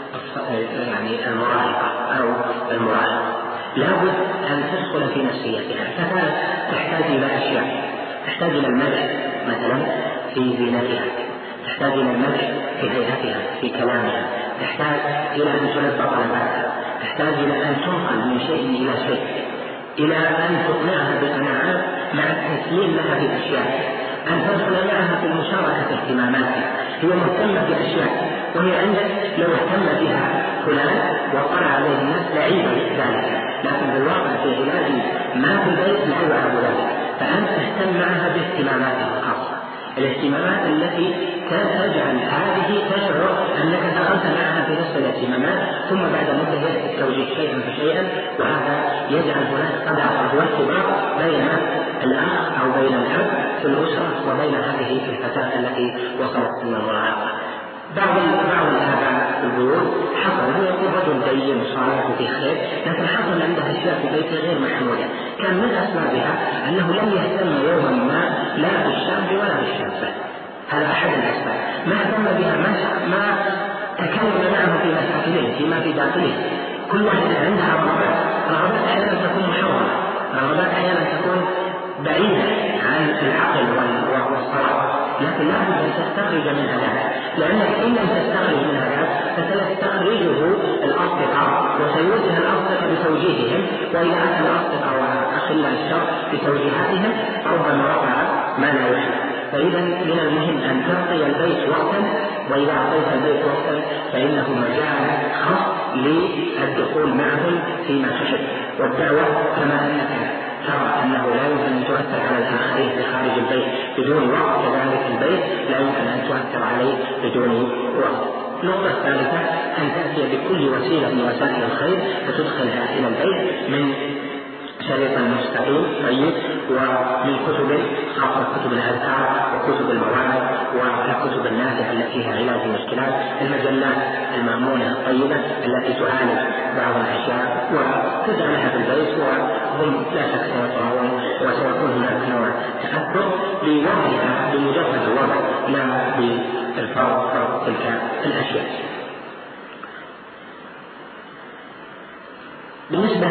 يعني المراهقة أو المراهق. لابد أن تدخل في نفسيتها، فكانت تحتاج إلى أشياء، تحتاج إلى المدح مثلا في زينتها، تحتاج إلى المدح في هيئتها، في كلامها، تحتاج إلى أن تلبى طلباتها، تحتاج إلى أن تنقل من شيء إلى شيء، إلى أن تقنعها بقناعات مع التسليم لها بأشياء، أن تدخل معها في المشاركة في اهتماماتها. هي مهتمة بأشياء وهي عندك لو اهتم بها فلان وقال عليه الناس لعيب ذلك، لكن بالواقع في علاج ما في البيت لا يعرف ذلك. فأنت تهتم معها باهتماماتها الخاصة، الاهتمامات التي تجعل هذه تشعر أنك دخلت معها في نفس الاهتمامات، ثم بعد مدة يأتي التوجيه شيئا فشيئا، وهذا يجعل هناك قدر وارتباط بين الأخ أو بين الأب في الأسرة وبين هذه الفتاة التي وصلت من المراهقة. بعض الآباء في البيوت حصل هو يكون رجل دين وصالح وفي خير، لكن حصل عنده أشياء في بيته غير محمودة، كان من أسبابها أنه لم يهتم يوما ما لا بالشاب ولا بالشابة. هذا أحد الأسباب، ما اهتم بها، ما تكلم معه في مشاكله فيما في داخله. كل واحد عندها رغبات أحيانا تكون محرمة، رغبات أحيانا تكون بعيدة عن العقل والصواب، لكن لا بد أن تستخرج من هذا، لأنك إن لم تستخرج من هذا فسيستخرجه الأصدقاء وسيوجه الأصدقاء بتوجيههم، وإذا أتى الأصدقاء وأخلاء الشر بتوجيهاتهم ربما وقع ما لا يحب. فإذا من المهم أن تعطي البيت وقتا، وإذا أعطيت البيت وقتا فإنه مجال خاص للدخول معهم فيما تحب. والدعوة كما أنك ترى أنه لا يمكن أن تؤثر على الآخرين في خارج البيت بدون وقت، كذلك البيت لا يمكن أن تؤثر عليه بدون وقت. النقطة الثالثة أن تأتي بكل وسيلة من وسائل الخير فتدخلها إلى البيت من شريط المستقيم طيب، ومن كتب خاصة كتب الأذكار وكتب المواعظ والكتب النافعة التي فيها علاج المشكلات، المجلات المأمونة الطيبة التي تعالج بعض الأشياء وتجعلها في البيت، وهم لا شك سيقرؤون وسيكون هناك نوع تأثر بوضعها بمجرد الوضع لا بالفرق تلك الأشياء. بالنسبة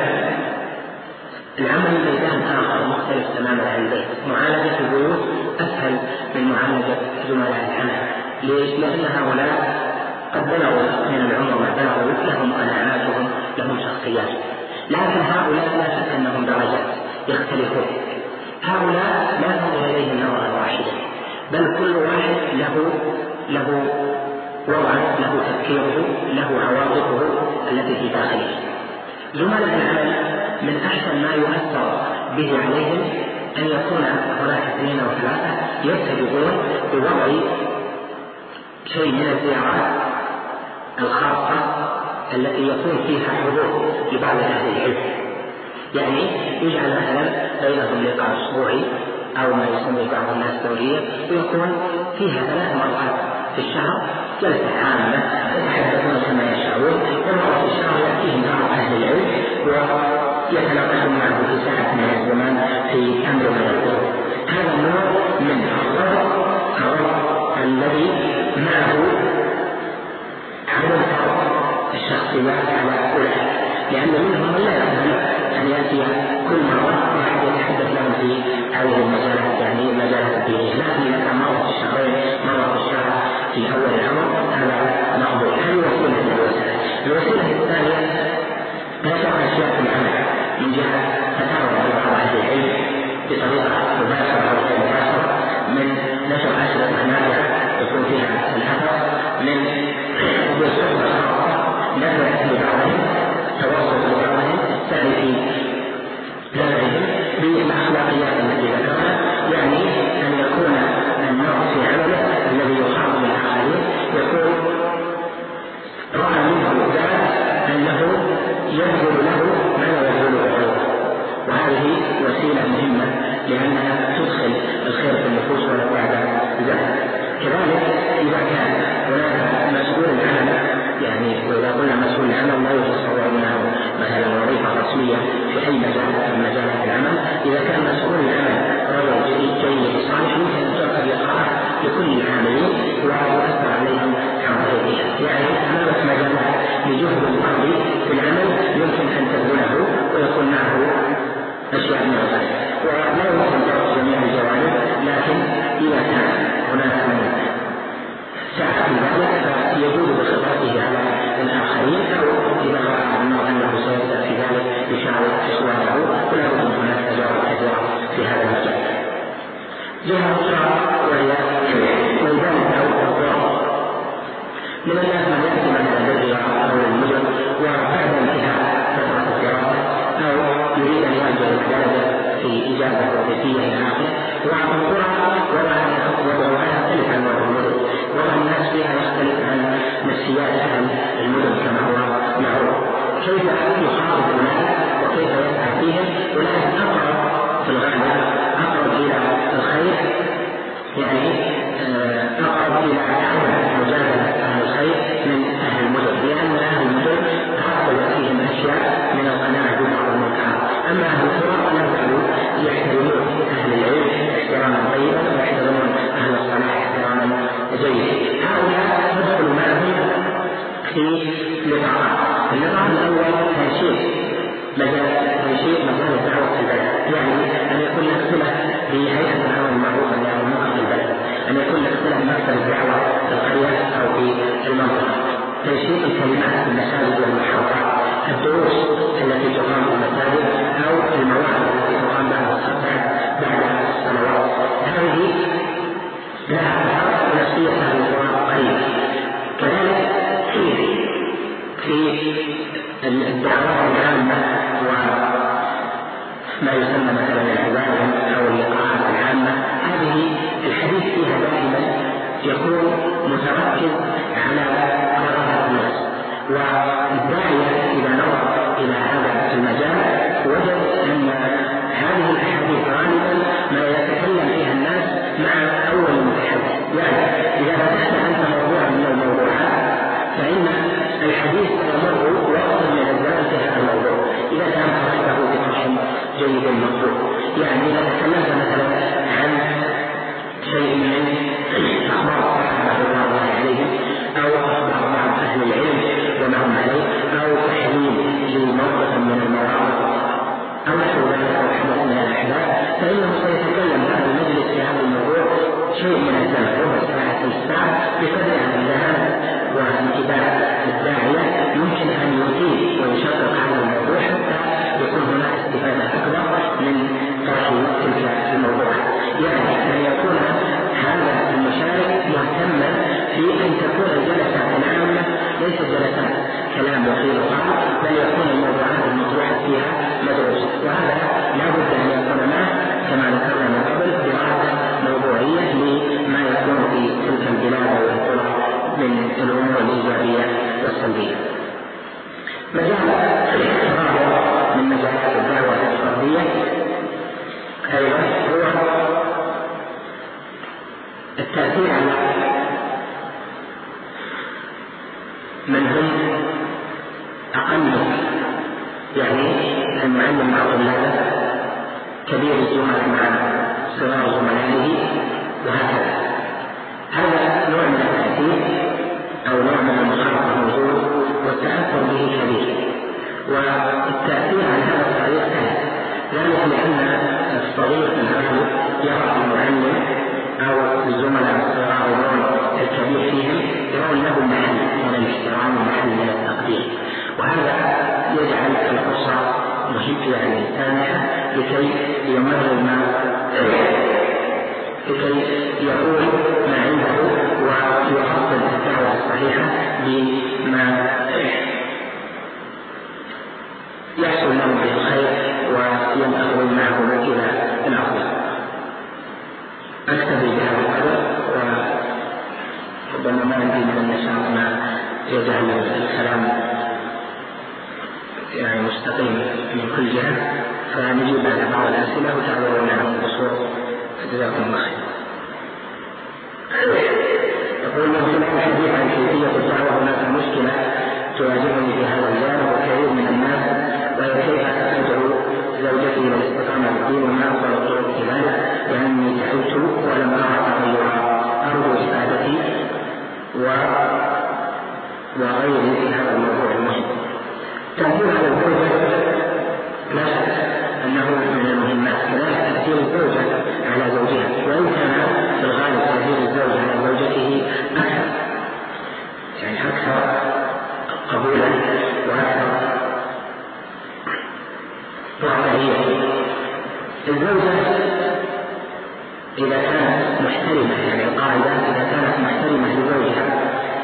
العمل ميدان آخر مختلف تماما عن البيت. معالجة البيوت أسهل من معالجة زملاء العمل. ليش؟ لأن هؤلاء قد بلغوا من العمر ما بلغوا، لهم قناعاتهم، لهم شخصيات، لكن هؤلاء لا شك أنهم درجات يختلفون. هؤلاء لا تنظر إليهم نظرة واحدة، بل كل واحد له وضعه، له تفكيره، له عواطفه التي في داخله. زملاء العمل من أحسن ما يؤثر به عليهم أن يكون هناك 2 أو 3 يبتدئون بوضع شيء من الزيارات الخاصة التي يكون فيها حضور لبعض أهل العلم، يعني يجعل مثلا بينهم لقاء أسبوعي أو ما يسمى بعض الناس دورية، ويكون فيها 3 مرات في الشهر جلسة عامة يتحدثون كما يشاءون، ومرة في الشهر يأتيهم بعض أهل العلم ويتناقشون معه في ساعة من الزمان في أمر ما يقول. هذا النوع من الربط الذي معه عدم الشخصيات على أولئك، لأن منهم لا يقبل أن يأتي كل مرة واحد يتحدث لهم في هذه المجالات، يعني المجالات الدينية، لكن إذا كان مرة في الشهرين، مرة في الشهر في أول العمر، هذا مقبول. هذه وسيلة من الوسائل. الوسيلة الثانية نشر أشياء في العمل من جهة تتابع بعض أهل العلم بطريقة مباشرة أو غير مباشرة، من نشر أشياء نافعة يكون فيها الأثر، من بالصحبة نفع لبعضهم، توسط لبعضهم، تعريف لهم بالأخلاقيات التي ذكرها، يعني أن يكون النوع في عمله الذي يخاطب الآخرين يكون رأى منه ذات أنه لأنها تدخل الخير في النفوس ولو بعد ذلك. كذلك إذا كان هناك مسؤول العمل، يعني وإذا قلنا مسؤول العمل لا يتصور أنه مثلا وظيفة رسمية في أي مجال من مجالات العمل، إذا كان مسؤول العمل رجل جيد صالح يمكن أن تعطى لقاءات لكل العاملين ويؤثر عليهم عن طريقها. يعني أمامك مجالات لجهد الفرد في العمل يمكن أن تبذله ويكون معه أشياء من ذلك، ولا يمكن تعطي جميع الجوانب، لكن إذا كان هناك من سعى في ذلك فيجوز بخبرته على الآخرين، أو إذا رأى أنه سيبدأ في ذلك يشاور إخوانه، ولا بد من هناك تجارب كثيرة في هذا المجال. جهة أخرى وهي ميدان القرى. من الناس من يأتي من البلد أو المدن وبعد انتهاء فترة الدراسة أو يريد أن يرجع البلد في إجازة وظيفية إلى آخره، وعلى القرى وضعها يختلف عن وضع المدن، وضع الناس فيها يختلف عن نفسيات أهل المدن كما هو معروف. كيف يخاطب الناس وكيف يسعى فيهم، ولكن أقرب في الغالب أقرب إلى الخير، يعني أقرب إلى عمل مجادلة أهل الخير من أهل المدن، لأن أهل المدن تعطل فيهم أشياء من القناعة ببعض المنكرات. أما أهل القرى لا زالوا يحترمون أهل العلم احتراما طيبا ويحترمون أهل الصلاح احتراما جيدا. هؤلاء يدخل معهم في لقاءات. اللقاء الأول تنشيط مجال الدعوة في البلد، يعني أن يكون لك صلة بهيئة الأمر المعروف والنهي عن المنكر في البلد، أن يكون لك صلة بمكتب الدعوة في القرية أو في المنطقة، تنشيط الكلمات في المساجد والمحاضرات، الدروس التي تقام في المساجد أو المواعظ التي تقام بعد الصلوات، هذه لها أثر ونفسية أهل القرى قريبة. كذلك في الدعوات العامة وما يسمى مثلا العبادة أو اللقاءات العامة، هذه الحديث فيها دائما يكون متركز على قراءة الناس، والداعية إذا نظر إلى هذا المجال وجد أن هذه الأحاديث غالبا ما يتكلم فيها الناس مع أول متحدث. يعني إذا فتحت أنت موضوعا من الموضوعات فإن الحديث يمر وقت من الزمن في هذا الموضوع إذا كان طرحه بطرح جيد مقبول. يعني إذا تكلمت مثلا عن شيء من أخبار الصحابة رضوان الله عليهم أو أخبار بعض أهل العلم وما هم عليه أو تحليل لموقف من المواقف أو نحو ذلك أو حدث من الأحداث، فإنه سيتكلم هذا المجلس في هذا الموضوع شيء من الزمن ربع ساعة الساعة بقدر عن الذهاب وانتباه الداعية يمكن أن يطيل ويشقق هذا الموضوع حتى يكون هناك استفادة أكبر من طرح تلك الموضوعات. يعني أن يكون هذا المشارك مهتما في أن تكون الجلسات العامة ليست جلسات كلام وقيل وقال، بل يكون الموضوعات المطروحة فيها مدروسة، وهذا لا بد أن يكون معه كما ذكرنا من قبل دراسة موضوعية لما يكون في تلك البلاد والقرى من الأمور الإيجابية والسلبية. مجال رابع من مجالات الدعوة الفردية أيضا هو التأثير على من هم أقل، يعني المعلم مع طلابه، كبير الزملاء مع صغار زملائه، وهكذا. هذا نوع من التأثير أو نوع من المخالطة موجود والتأثر به كبير، والتأثير على هذا الطريق سهل، ذلك لأن الصغير الأهل يرى المعلم أو الزملاء الصغار يرون الكبير فيهم، يرون له محل من الاحترام ومحل من التقدير، وهذا يجعل الفرصة مهمة يعني سامحة لكي يمرر لكي يقول ما عنده ويحصل الدعوة الصحيحة بما يحصل له بالخير وينتقل معه إلى الأفضل. أكتفي بهذا القدر، وربما ما عندي من النشاط ما يجعل الكلام يعني مستقيم من كل جهة، فنجيب على بعض الأسئلة وتعذرونا عن القصور، فجزاكم الله خير. يقول من سمع الحديث عن كيفية الدعوة هناك مشكلة تواجهني في هذا الجانب وكثير من الناس، وهي كيف أدعو زوجتي إلى الاستقامة بالدين وما أفضل الطرق في ذلك، لأني تعبت ولم أرى تغيرا، أرجو إفادتي وغيري في هذا الموضوع المهم. تأثير على الزوجة لا شك أنه من المهمات، كذلك تأثير الزوجة على زوجها، وإن كان في الغالب تأثير الزوج على زوجته أكثر، يعني أكثر قبولا وأكثر واقعية. الزوجة إذا كانت محترمة، يعني القاعدة إذا كانت محترمة لزوجها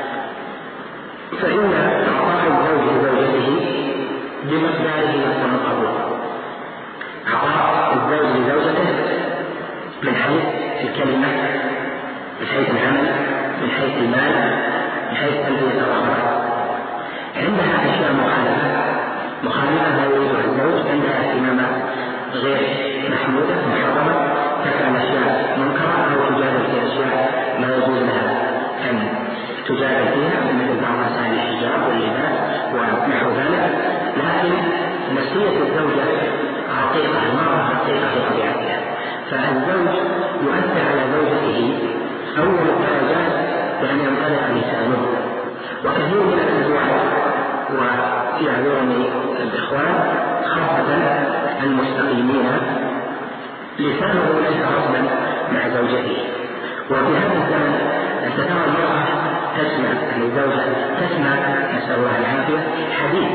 فإن إعطاء الزوج لزوجته بمقداره يكون قبول. إعطاء الزوج لزوجته من حيث الكلمة، من حيث العمل، من حيث المال، من حيث تلبية الرغبات. عندها أشياء مخالفة لا يريدها الزوج، عندها اهتمامات غير محمودة محرمة، تفعل أشياء منكرة أو تجادل في أشياء ما يجوز لها أن تجادل فيها، مثل بعض مسائل الحجاب واللباس ونحو ذلك. لكن نفسية الزوجة عقيقة، المرأة عقيقة في طبيعتها، فالزوج يؤثر على زوجته أول الدرجات بأن ينطلق لسانه. وكثير من الأزواج، ويعذرني الإخوان خاصة المستقيمين، لسانه ليس رسما مع زوجته. وفي هذا الزمن ترى المرأة تسمع، يعني الزوجة تسمع، نسأل الله العافية، حديث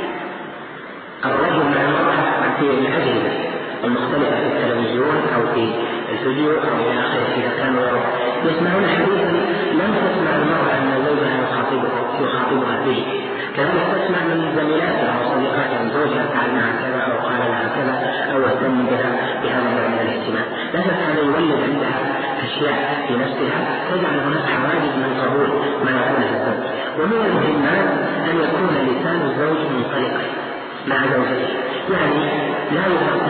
الرجل مع المرأة في الأجهزة المختلفة في التلفزيون أو في الفيديو أو إلى آخره، إذا كانوا يسمعون حديثا لم تسمع المرأة أن زوجها يخاطبها به. كذلك تسمع من زميلاتها وصديقاتها أن زوجها فعل معها كذا أو قال لها كذا أو اهتم بها بهذا النوع من الاهتمام. لا شك هذا يولد عندها أشياء في نفسها تجعل هناك حواجز من قبول ما يقوله الزوج. ومن المهمات أن يكون لسان الزوج منطلقا مع زوجته، يعني لا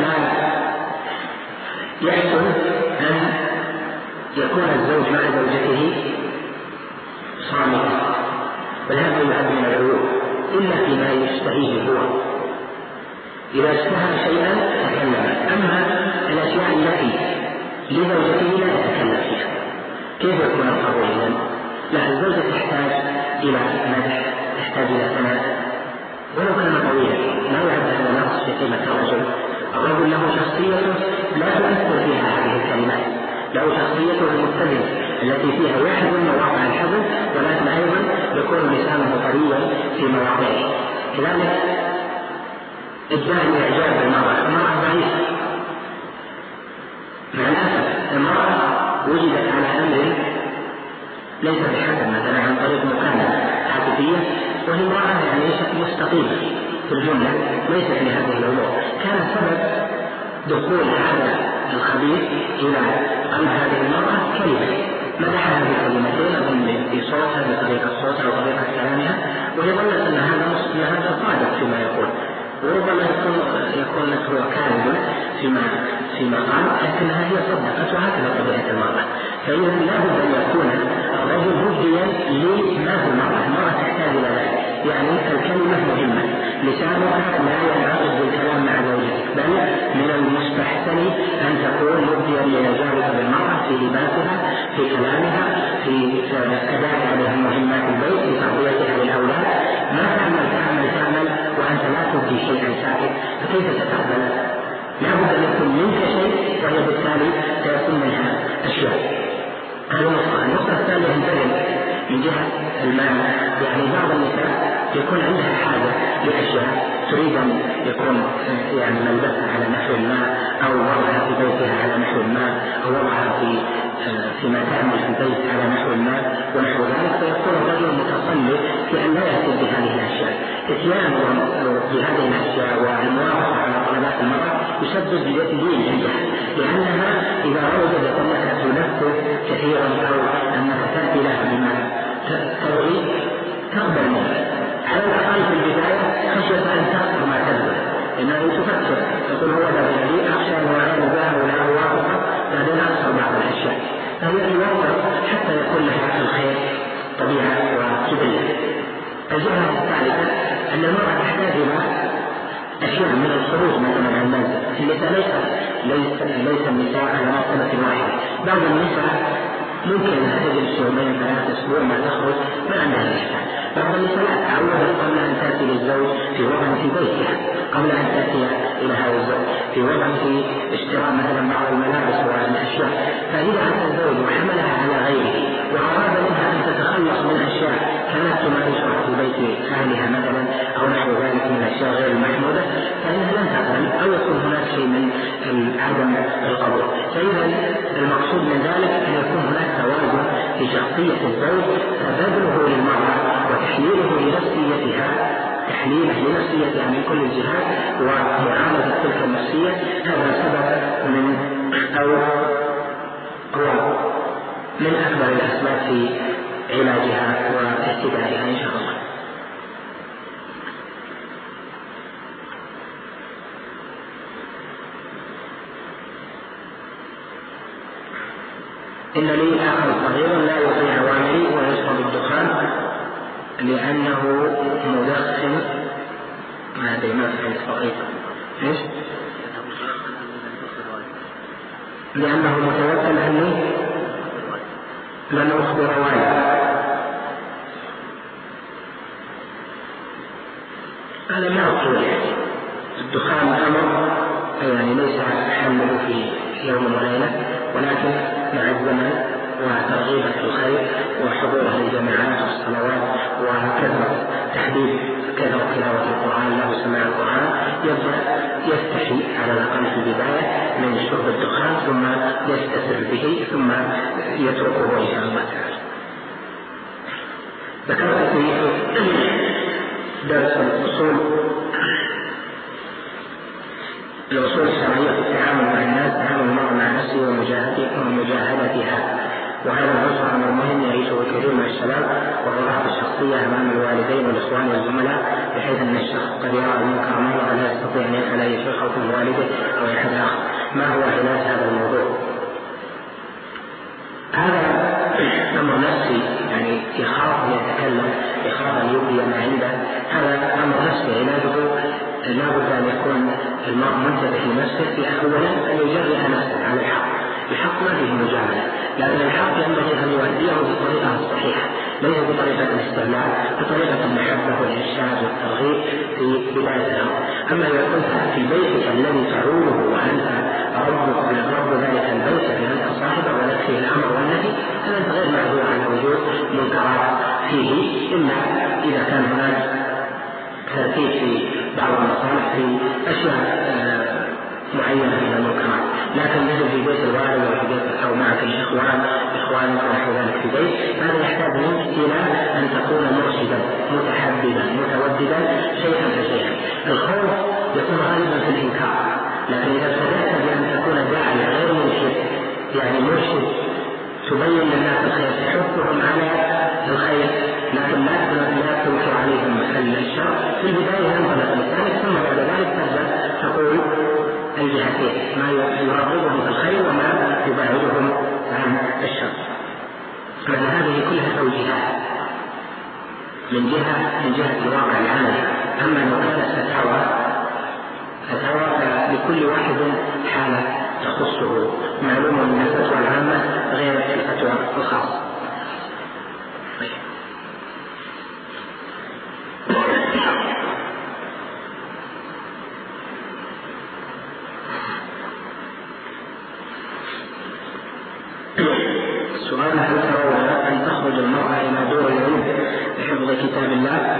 يحسن أن يكون الزوج مع زوجته صامتا، ولهذا يعد من العيوب إلا فيما يشتهيه هو. إذا اشتهى شيئا تكلم، أما الأشياء التي لزوجته لا يتكلم فيها. كيف يكون القبول إذن؟ لا، الزوجة تحتاج إلى مدح، تحتاج إلى ثناء ولو كان طويلا، لا يعد هذا نقص في قيمة الرجل. الرجل له شخصيته لا تؤثر فيها هذه الكلمات، له شخصيته المتزنة التي فيها يحزن مواقع الحزن، ولكن أيضا يكون لسانه طريا في مواقعه. كذلك إبداء الإعجاب بالمرأة ضعيفة. مع الأسف المرأة وجدت على أمر ليس بحسن، مثلا عن طريق مكالمة هاتفية، وهي امرأة يعني مستقيمة في الجملة ليست لهذه الأمور. كان سبب دخول هذا الخبيث إلى قلب هذه المرأة كلمة مدحها بكلمتين، أظن بصوتها، بطريقة صوتها وطريقة كلامها، وهي ظنت أن هذا صادق فيما يقول، وربما يكون هو كاذب فيما قال، لكنها هي صدقت، وهكذا طبيعة المرأة. فإذا لا بد أن يكون الرجل مبديا لما في المرأة تحتاج إلى ذلك. يعني الكلمة مهمة، لسانك لا ينعقد بالكلام مع زوجتك، بل من المستحسن أن تكون مبديا لإعجابك بالمرأة في لباسها، في كلامها، في أداء عليها مهمات البيت، في تربيتها للأولاد. ما تعمل وأنت لا تبدي شيئا ساكت، فكيف تتقبل؟ لا بد أن يكون منك شيء، وهي بالتالي سيكون منها أشياء. هذه النقطة الثانية البذل من جهة المال. يعني بعض النساء يكون عندها حاجة لأشياء تريد أن يكون يعني ملبسها على نحو ما، أو وضعها في بيتها على نحو ما، أو وضعها فيما تعمل في البيت على نحو ما ونحو ذلك، فيكون الرجل متصلب في أن لا يأتي بهذه الأشياء. إتيان بهذه الأشياء والموافقة على طلبات المرأة يسبب لين عندها، لأنها إذا وجدت أنك تنفذ كثيرا أو أنك تأتي لها بما تبغي تقبل منك، على الأقل في البداية خشية أن تقبل ما تبغي، إنها تفكر تقول هو ذا الذي أخشى أن يعين بها ولا أوافقه بعدين أكثر بعض الأشياء، فهي توفر حتى يكون لها الخير طبيعة وجبلة. الجهة الثالثة أن المرأة تحتاج إلى أشياء من الخروج مثلا عن المنزل. النساء ليس النساء على مرتبة واحدة، بعض النساء ممكن أن تجلس يومين 3 أسبوع ما تخرج ما عندها الإحسان، بعض النساء تعودت قبل أن تأتي للزوج في وضع في بيتها، قبل أن تأتي إلى هذا الزوج في وضع في اشتراء مثلا بعض الملابس والأشياء، فإذا أتى الزوج وحملها على غيره وأراد منها أن تتخلص من أشياء كانت تمارسها في بيت أهلها مثلا أو نحو ذلك من الأشياء غير المحمودة، فإنها لن تقبل أو يكون هناك شيء من عدم القبول. فإذا المقصود من ذلك أن يكون هناك توازن في شخصية الزوج، فبذله للمرأة وتحليله لنفسيتها، تحليله لنفسيتها من كل الجهات ومعالجة تلك النفسية، هذا سبب من من أكبر الأسباب في علاجها واهتدائها إن شاء الله. إن لي آخر صغير لا يطيع أوامري ويشرب الدخان لأنه مدخن. ما أدري ما فعل صغير إيش؟ لأنه متوكل أني لن أخبر والدي. هذا ما أقول الدخان أمر يعني ليس حمله في يوم وليلة، ولكن مع الزمن وترغيبه في الخير وحضوره للجماعات والصلوات وكثرة تحديد كثرة تلاوة القرآن له سماع القرآن يبدأ يستحي على الأقل في البداية من شرب الدخان، ثم يستسر به ثم يتركه إن شاء الله تعالى. ذكرت في درس الأصول الشرعية في التعامل مع الناس، تعامل المرء مع نفسه ومجاهدتها، وهذا العنصر أمر مهم يعيشه الكثير من الشباب والرغبة الشخصية أمام الوالدين والإخوان والزملاء، بحيث أن الشخص قد يرى المنكر مرة لا يستطيع أن يفعل أي شيء خوفا من والده أو أحد آخر. ما هو علاج هذا الموضوع؟ هذا أمر نفسي، يعني يخاف يتكلم، يخاف أن يبدي ما عنده، هذا أمر نفسي علاجه لا بد أن يكون المرء منتبه لنفسه في أولا أن يجرئ نفسه على الحق ما فيه مجاملة، لأن الحق ينبغي أن يؤديه بطريقة صحيحة، ليس بطريقة الاستغلال، بطريقة المحبة والإرشاد والترغيب في بداية الأمر. أما إذا كنت في بيتك الذي تعوله وأنت رب ذلك البيت فأنت صاحبه ولك فيه الأمر والنهي، فأنت غير معذور على وجود منكرات فيه، إلا إذا كان هناك ترتيب في بعض المصالح في أشياء معينة من المنكرات، لكن مثل في بيت الوالد أو في بيت أو معك إخوان ونحو ذلك في بيت، هذا يحتاج منك إلى أن تكون مرشدا متحببا متوددا شيئا فشيئا. الخوف يكون غالبا في الإنكار، لكن إذا ابتدأت بأن تكون داعية غير مرشد، يعني مرشد تبين للناس الخير، تحثهم على الخير لكن لا تنكر عليهم الشر، في البداية ينطلق لسانك، ثم بعد ذلك تبدأ تقول الجهتين، ما يرغبهم في الخير وما يبعدهم عن الشر. لأن هذه كلها توجيهات من جهة الواقع العملي. أما لو كانت فتاوى فلكل واحد حالة تخصه، معلوم من الفتوى العامة غير الفتوى الخاصة. السؤال: هل ترون أن تخرج المرأة إلى دور العلم لحفظ كتاب الله؟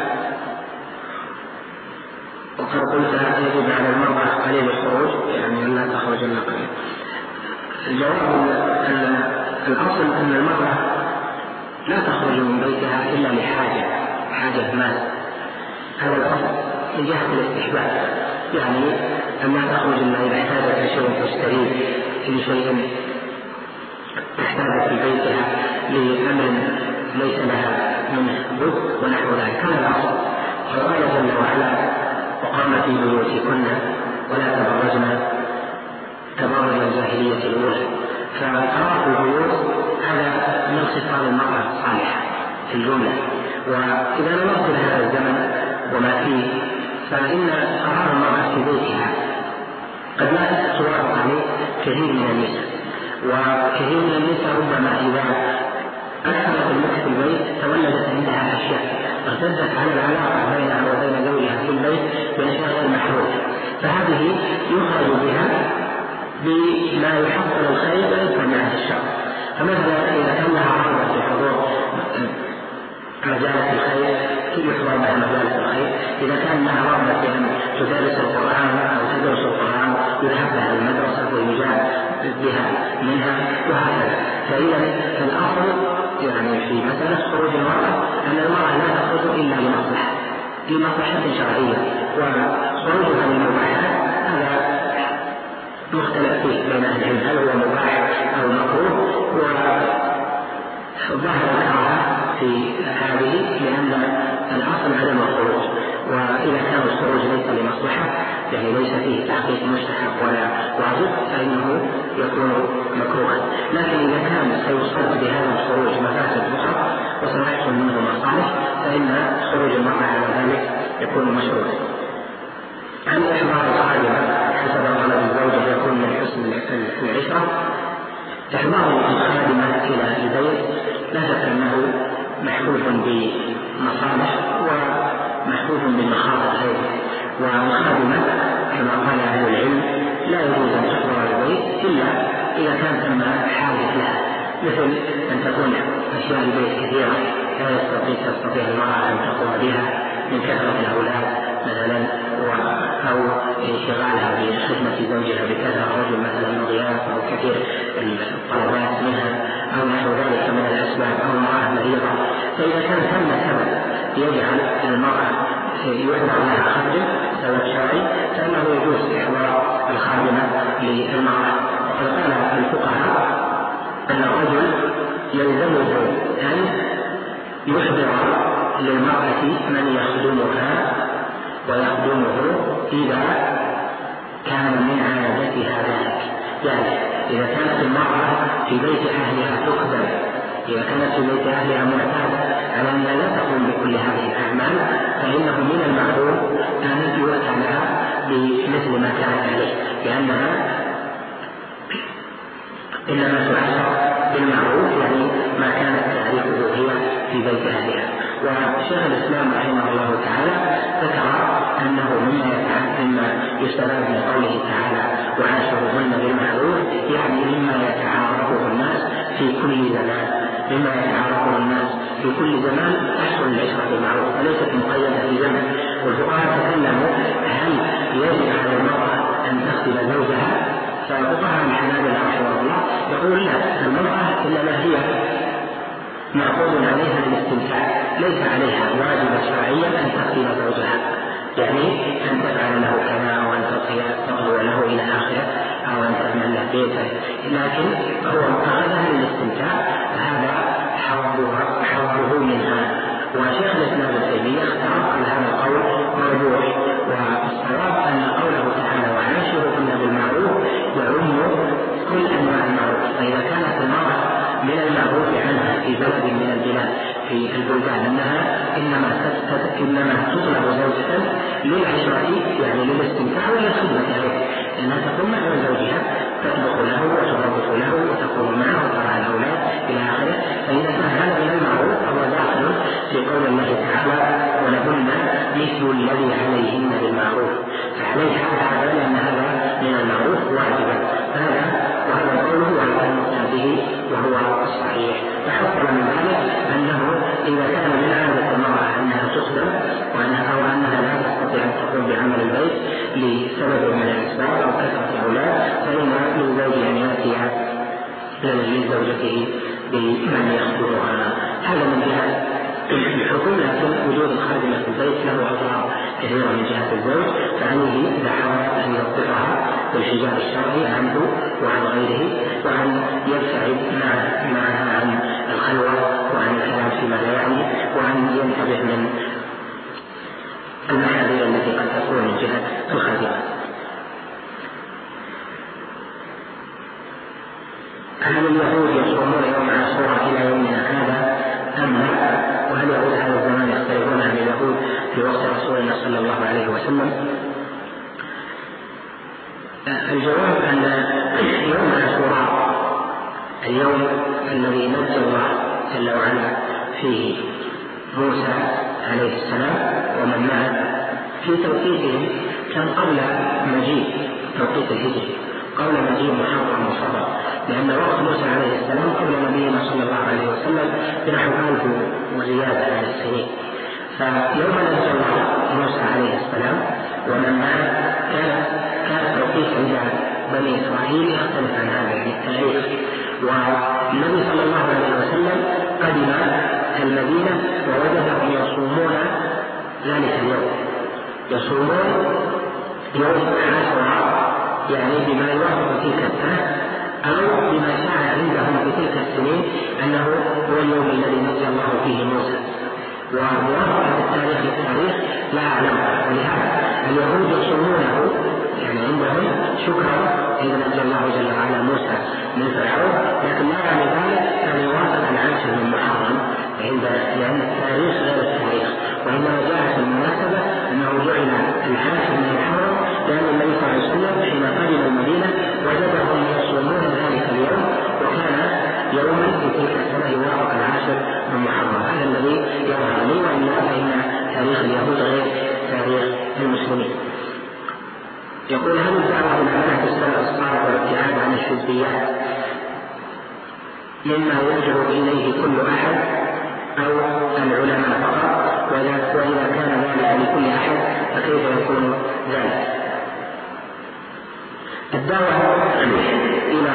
وقد قلت يجب على المرأة قليل الخروج، يعني لا تخرج إلا قليل. الجواب أن الأصل أن المرأة لا تخرج من بيتها إلا لحاجة مال، هذا الأصل من جهة الاستحباب، يعني أن لا تخرج إلا إذا احتاجت شيء تشتريه لشيء تحتاج في بيتها لأمر ليس لها منه بد ونحو ذلك، هذا الأصل. وقال جل وعلا: وقرن في بيوتكن ولا تبرجن تبرج الجاهلية الأولى. فقرار البيوت هذا من خصال المرأة الصالحة في الجملة. وإذا نظرت لهذا الزمن وما فيه فإن قرار المرأة في بيتها قد لا توافق عليه كثير من النساء، وكثير من النساء ربما إذا أكثرت المكث في البيت تولدت عندها أشياء ارتدت على العلاقة بينها وبين زوجها في البيت بأشياء غير محرومة، فهذه يخرج بها بما يحصل الخير ويدفع معها الشر. فمثلا إذا كان لها رغبة في حضور مجالس الخير يحضر بها مجالس الخير، إذا كان لها رغبة في أن تدرس القرآن أو تدرس القرآن يذهب بها المدرسة ويجاب بها منها وهكذا. فإذا الأصل يعني في مسألة خروج المرأة أن المرأة لا تخرج إلا لمصلحة شرعية، وخروجها للمباحات هذا مختلف فيه بين أهل العلم هل هو مباح أو مكروه. وظهر الكراهة في هذه لأن الأصل عدم الخروج، وإذا كان الخروج ليس لمصلحة يعني ليس فيه تحقيق مستحب ولا واجب فإنه يكون مكروها. لكن إذا كان سيصد بهذا الخروج مفاسد أخرى وسيحصل منه مصالح فإن خروج المرأة على ذلك يكون مشروعا. عن إحضار الخادمة حسب طلب الزوجة يكون من حسن العشرة. إحضار الخادمة إلى البيت لا شك أنه محفوظ بمصالح ومحفوظ بمخاطر غيره، والخادمة كما قال أهل العلم لا يجوز أن تحضر البيت إلا إذا كان ثم حاجة لها، مثل أن تكون أشياء البيت كثيرة لا تستطيع المرأة أن تقوم بها من كثرة الأولاد مثلا أو انشغالها بخدمة زوجها بكثرة رجل مثلا مضياف أو كثير الطلبات منها أو نحو ذلك من الأسباب أو امرأة مريضة. فإذا كان ثم سبب يجعل المرأة يحضر لها خادم سبب شرعي فإنه يجوز إحضار الخادمة للمرأة. وقد قال الفقهاء أن الرجل يلزمه أن يحضر للمرأة من يخدمها ويخدمه إذا كان من عادتها ذلك. يعني إذا كانت المرأة في بيت أهلها تخدم، إذا كانت في بيت أهلها معتادة على أن لا تقوم بكل هذه الأعمال فإنه من المعروف أن يؤتى لها بمثل ما كانت عليه، لأنها إنما تعاشر بالمعروف يعني ما كانت تعرفه هي في بيت أهلها. وشيخ الإسلام رحمه الله تعالى ذكر أنه مما يستفاد من قوله تعالى وعاشروهن بالمعروف يعني مما يتعارفه الناس في كل زمان، مما يتعارفه الناس في كل زمان تحصل العشرة بالمعروف وليست مقيدة في زمن. والفقهاء تكلموا هل يجب على المرأة أن تخدم زوجها؟ ففقهاء الحنابلة رحمه الله يقول لا، المرأة إنما هي معقود عليها الاستمتاع، ليس عليها واجبا شرعيا أن تخدم زوجها، يعني أن تفعل له كذا أو أن تغدو له إلى آخره أو أن تعمل له بيته، لكن هو أخذها للاستمتاع فهذا حظه منها. وشيخ الإسلام ابن تيمية اختار على هذا القول مرجوح، والصواب أن قوله تعالى وعاشروهن بالمعروف يعم كل أنواع المعروف. فإذا كانت المرأة من المعروف عنها في بلد من البلاد في البلدان أنها إنما تطلب زوجة للعشرة يعني للاستمتاع وللخدمة عليه، أنها تكون مع زوجها تطبخ له وتربط له وتكون معه وترعى الأولاد إلى آخره. فإذا كان هذا من المعروف فهو داخل في قول الله تعالى ولهن مثل الذي عليهن بالمعروف، فعليها هذا لأن هذا من المعروف واجبا. وهذا القول هو المقتدى به وهو الصحيح. فحصل من ذلك أنه إذا كان من عادة المرأة أنها تخدم أو أنها لا تستطيع أن تقوم بعمل البيت لسبب من الأسباب أو كثرة أولاد فإن للزوج أن يأتي لزوجته بمن يخدمها. هذا من جهة الحكم، لكن وجود الخادمة في البيت له أضرار كثيرة من جهة الزوج، فعليه إذا حاول أن يضبطها بالحجاب الشرعي عنه وعن غيره، وأن يبتعد معها عن الخلوة وعن الكلام فيما لا يعني، وأن ينتبه من المحاذير التي قد تكون من جهة الخاتمة. هل اليهود يصومون يوم عاشوراء إلى يومنا هذا أم لا؟ وهل يهود هذا الزمان يختلفون عن اليهود في وقت رسول الله صلى الله عليه وسلم؟ الجواب أن يوم عاشوراء اليوم الذي نجى الله جل وعلا فيه موسى عليه السلام ومن معه في توقيتهم كان قبل مجيء توقيت الهجري، قبل مجيء محرم وصفر، لأن وقت موسى عليه السلام قبل نبينا صلى الله عليه وسلم بنحو 1000 وزيادة على السنين. فيوم نجى الله موسى عليه السلام ومن معه كان توقيت عند بني إسرائيل يختلف عن هذا التاريخ. والنبي صلى الله عليه وسلم قدم المدينة ووجدهم يصومون ذلك اليوم، يصومون يوم عاشوراء، يعني بما يوافق تلك السنة أو بما شاع عندهم في تلك السنين أنه هو اليوم الذي نجى الله فيه موسى. وموافقة التاريخ للتاريخ لا أعلم، ولهذا اليهود يصومونه يعني عندهم شكرا إذا نجى الله جل وعلا موسى من فرعون، لكن لا يعني ذلك أن يوافق العاشر من محرم لأن التاريخ غير التاريخ، وإنما جاءت المناسبة أنه جعل العاشر من محرم لأن النبي صلى الله عليه وسلم حين قدم المدينة وجدهم يصومون ذلك اليوم، وكان يوما في تلك السنة يوافق العاشر من محرم. هذا الذي يظهر لي، وإلا فإن تاريخ اليهود غير تاريخ المسلمين. يقول هل الدعوة إلى منهج السلف الصالح والابتعاد عن الحزبيات مما يلجأ إليه كل أحد أو العلماء فقط؟ وإذا كان ذلك لكل أحد فكيف يكون ذلك؟ الدعوة إلى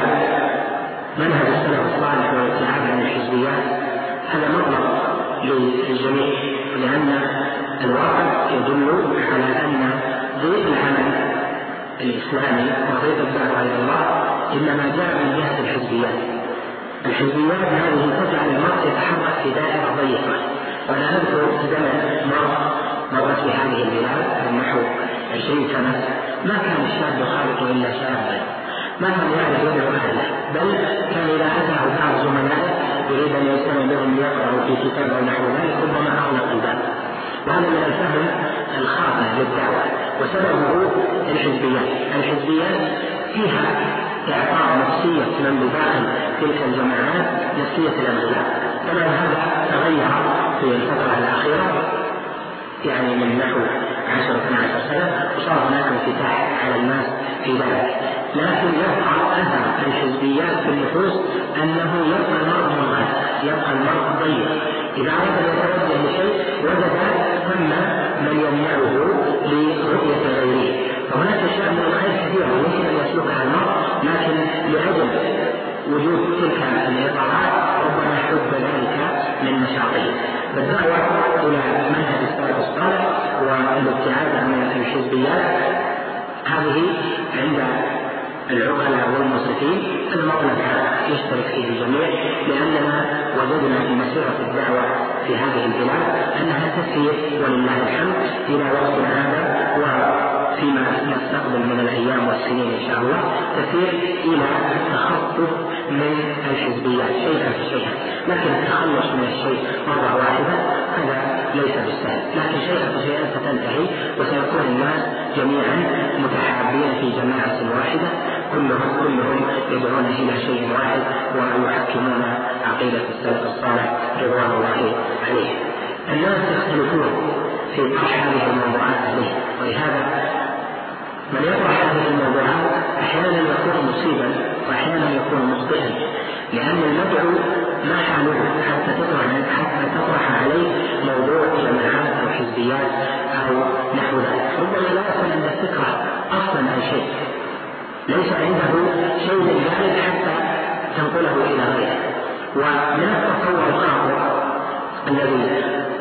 منهج السلف الصالح والابتعاد عن الحزبيات هذا مطلب للجميع، لأن الواقع يدل على أن ضيق العمل الإسلامي وضيق الدعوة إلى الله إنما جاء من جهة الحزبيات. الحزبيات هذه تجعل المرء يتحرك في دائرة ضيقة. وأنا أذكر زمن مرت في هذه البلاد نحو 20 سنة ما كان الشاب يخالط إلا شابا، ما كان يعرف يدعو أهله، بل كان إذا أتاه بعض زملائه يريد أن يستمع بهم ليقرأوا في كتاب أو نحو ذلك ربما أغلق الباب. وهذا من الفهم الخاطئ للدعوة، وسببه الحزبيات فيها إعطاء نفسية من بداخل تلك الجماعات نفسية الأنبياء. طبعا هذا تغير في الفترة الأخيرة، يعني من نحو 10-12 سنة، وصار هناك انفتاح على الناس في ذلك، لكن يبقى أثر الحزبيات في النفوس أنه يبقى المرء منغلق، يبقى المرء ضيق. إذا أراد أن يتوجه لشيء وجد ثم من يمنعه لرؤية غيره. فهناك أشياء من الخير كثيرة يمكن أن يسلكها المرء، لكن لأجل وجود تلك الإطارات ربما حب ذلك من نشاطه. فالدعوة إلى منهج السلف الصالح والابتعاد عن الحزبيات هذه عند العقلاء والمصلحين المطلب يشترك فيه الجميع، لأننا وجدنا في مسيرة الدعوة في هذه البلاد أنها تسير ولله الحمد إلى وقتنا هذا، وفيما نستقبل من الأيام والسنين إن شاء الله تسير إلى التخفف من الحزبيات شيئا فشيئا. لكن التخلص من الشيء مرة واحدة هذا ليس بالسهل، لكن شيئا فشيئا ستنتهي وسيكون الناس جميعا متحابين في جماعة واحدة، كلهم يدعون إلى شيء واحد ويحكمون عقيدة السلف الصالح رضوان الله عليه. الناس يختلفون في طرح هذه الموضوعات عليه، ولهذا من يطرح هذه الموضوعات أحيانا يكون مصيبا وأحيانا يكون مخطئا، لأن المدعو ما حاله حتى تطرح عليه موضوع جماعات أو حزبيات أو نحو ذلك. ربما لا يكون عند الفكرة أصلا عن شيء، ليس عنده شيء من ذلك حتى تنقله إلى غيره. ومن التصور الخاطئ الذي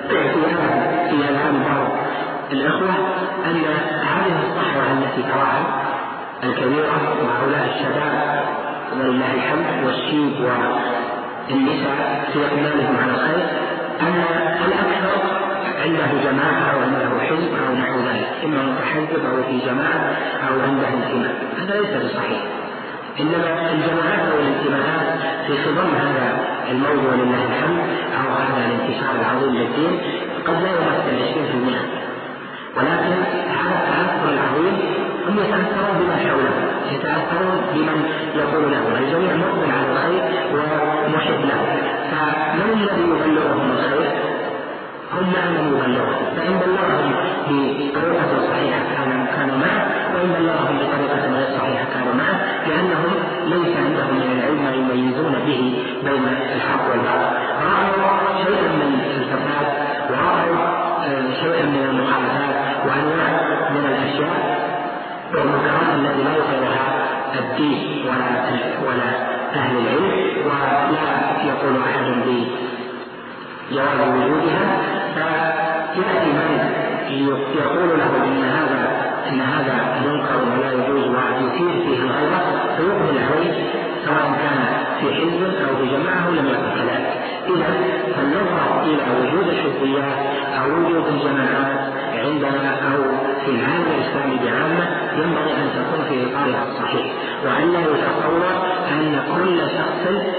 في أذهان بعض الإخوة أن هذه الصحوة التي تراها الكبيرة وهؤلاء الشباب ولله الحمد والشيب والنساء في أقبالهم على الخير أن الأكثر عنده جماعة أو عنده حزب أو نحو ذلك، إما متحزب أو في جماعة أو عنده انتماء، هذا ليس بصحيح. إنما الجماعات أو الانتماءات في خضم هذا الموضوع لله الحمد أو هذا الانتشار العظيم للدين قد لا يمثل 20%، ولكن هذا التأثر العظيم هم يتأثرون بما حولهم، يتأثرون بمن يقول له، الجميع مقبل على الخير ومحب له، فمن الذي يبلغهم الخير؟ هم من يبلغهم، فإن بلغهم بطريقة صحيحة كانوا معه، وإن بلغهم بطريقة غير صحيحة كانوا معه، لأنهم ليس عندهم من العلم ما يميزون به بين الحق والباطل. رأوا شيئا من الفساد ورأوا شيئا من المخالفات وأنواع من الأشياء والمنكرات التي لا يظهرها الدين ولا أهل العلم، ولا يقول أحد بجواز وجودها، فيأتي من يقول له إن هذا منكر ولا يجوز ويثير فيه الغيرة فيقبل عليه سواء كان في حزب أو في جماعة لم يكن كذلك. إذا فالنظرة إلى وجود الحزبيات أو وجود الجماعات عندنا أو في العالم الإسلامي بعامة ينبغي أن تكون في إطارها الصحيح، وأن لا يتصور أن كل شخص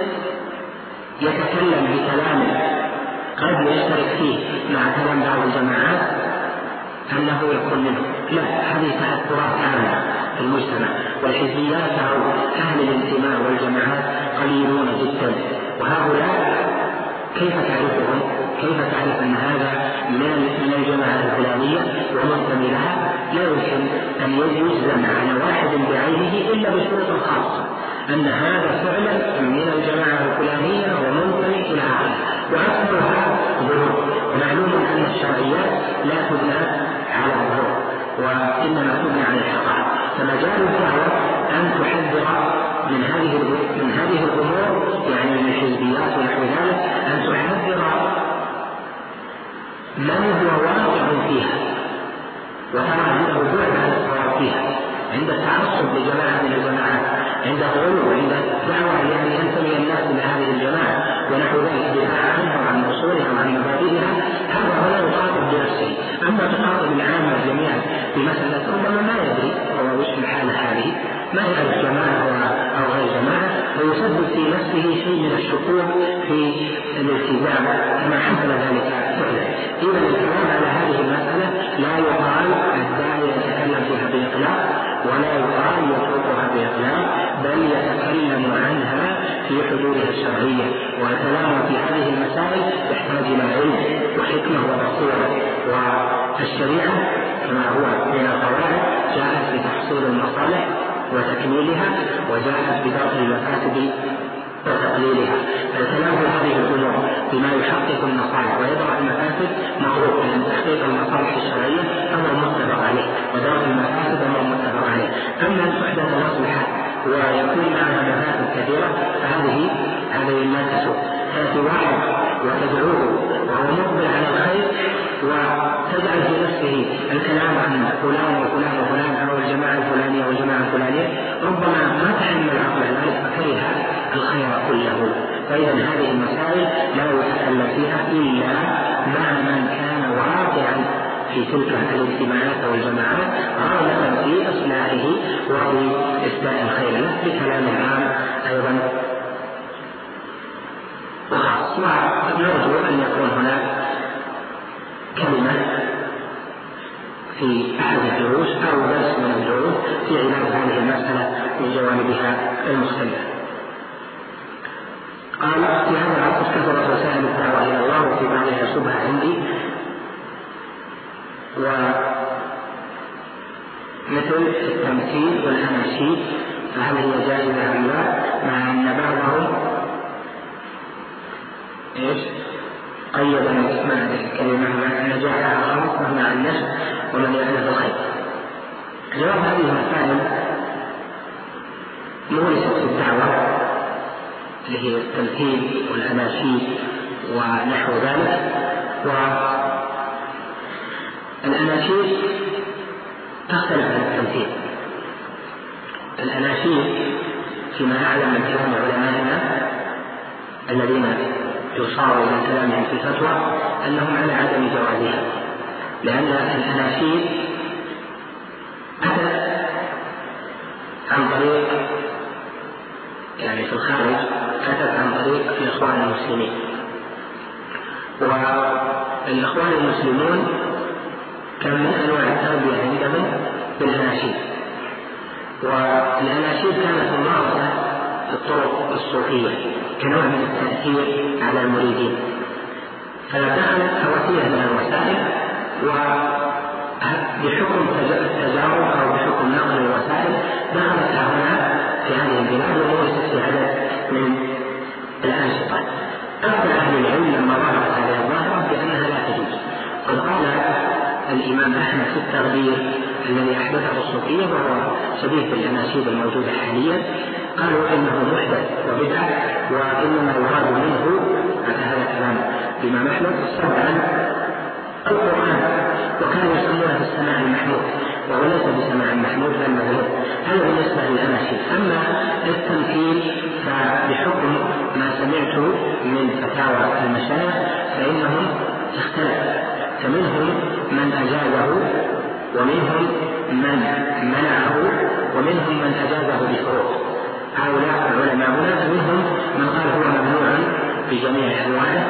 يتكلم بكلام قد يشترك فيه مع كلام بعض الجماعات أنه يكون منه، لا، هذه تأثرات عامة في المجتمع، والحزبيات أو أهل الانتماء والجماعات قليلون جدا، وهؤلاء كيف تعرفهم؟ كيف تعرف أن هذا من الجماعة الفلانية ومنتمي لها؟ لا يمكن أن يجزم على واحد بعينه إلا بشروط خاصة، أن هذا فعلا من الجماعة الفلانية ومنتمي إلى آخره، وأكثرها ظهور. ومعلوم أن الشرعيات لا تبنى على الظهور وإنما تبنى على الحقائق، فمجال الدعوة أن تحذر من هذه الأمور، يعني من الحزبيات ونحو ذلك، أن تحذر من هو واقع فيها وترى عنده بعد عن الصواب فيها، عند التعصب لجماعة من الجماعات، عند غلو، عند دعوة لأن ينتمي الناس إلى هذه الجماعة ونحو ذلك، دفاع عنها وعن أصولها وعن مبادئها، هذا ولا يخاطب بنفسه. أما تخاطب العامة جميعا بمسألة ربما ما يدري هو وش الحالة هذه، ما يعرف جماعة أو غير جماعة، ويسبب في نفسه شيء من الشكوك في الالتزام كما حصل ذلك فعلا. إذا الكلام على هذه المسألة لا يقال الداعي يتكلم فيها بإطلاق، ولا يقال يتركها بإطلاق، بل يتكلم عنها في حدودها الشرعية، والكلام في هذه المسائل يحتاج إلى علم وحكمة وبصيرة، والشريعة كما هو من القواعد جاءت بتحصيل المصالح وتكميلها، وجاءت بدرء المفاسد وتقليلها. فالكلام في هذه الأمور بما يحقق المصالح ويدرء المفاسد مطلوب، لأن تحقيق المصالح الشرعية أمر متفق عليه، ودرء المفاسد أمر متفق عليه. أما أن تحدث مصلحة ويكون معها مفاسد كثيرة فهذه لا تسوء. تأتي واحد وتدعوه وهو مقبل على الخير وتجعل في نفسه الكلام عن فلان وفلان وفلان أو الجماعة الفلانية والجماعة الفلانية، ربما ما تحمل عقل ذلك فكره الخير كله. فإذا هذه المسائل لا يتكلم فيها إلا مع من كان واقعا في تلك الاجتماعات والجماعات راغبا في إصلاحه وفي إسداء الخير له بكلام عام أيضا وخاص. ونرجو أن يكون هناك كلمة في أحد الدروس أو درس من الدروس في علاج هذه المسألة من جوانبها المختلفة. قال في هذا العصر كثرت وسائل الدعوة إلى الله وفي بعضها شبهة عندي، ومثل التمثيل والأناشيد فهل هي جائزة أم لا، مع أن بعضهم قيد مع الكلمة أن جعلها خاصة مع النشر ومن يعرف الخير. جواب هذه المسائل مورست في الدعوة اللي هي التمثيل والأناشيد ونحو ذلك. والأناشيد تختلف عن التمثيل. الأناشيد فيما أعلم من كلام علمائنا الذين يصار إلى كلامهم في الفتوى أنهم على عدم جوازها، لأن الأناشيد أتت عن طريق يعني في الخارج، أتت عن طريق الإخوان المسلمين، والإخوان المسلمون كان من أنواع التربية عندهم بالأناشيد، والأناشيد كانت ممارسة في الطرق الصوفية كنوع من التأثير على المريدين، فدخلت وسيلة من الوسائل، وبحكم التجارب أو بحكم نقل الوسائل دخلت هنا في هذه البلاد ومورست في عدد من الأنشطة. أفتى أهل العلم لما ظهرت هذه الظاهرة بأنها لا تجوز. قد قال الإمام أحمد في التغيير الذي أحدثه الصوفية وهو شبيه بالأناشيد الموجودة حاليا، قالوا إنه محدث وبدعة، وإنما يراد منه هذا كلام الإمام أحمد الصد عن القرآن، وكانوا يسمونه بالسماع المحمود، وهو ليس بسماع محمود بل مغلوب. هذا بالنسبة للأناشيد. أما التمثيل فبحكم ما سمعت من فتاوى المشايخ فإنهم اختلفوا، فمنهم من أجازه ومنهم من منعه ومنهم من أجازه بشروط. هؤلاء علماؤنا منهم من قال هو ممنوع بجميع أنواعه،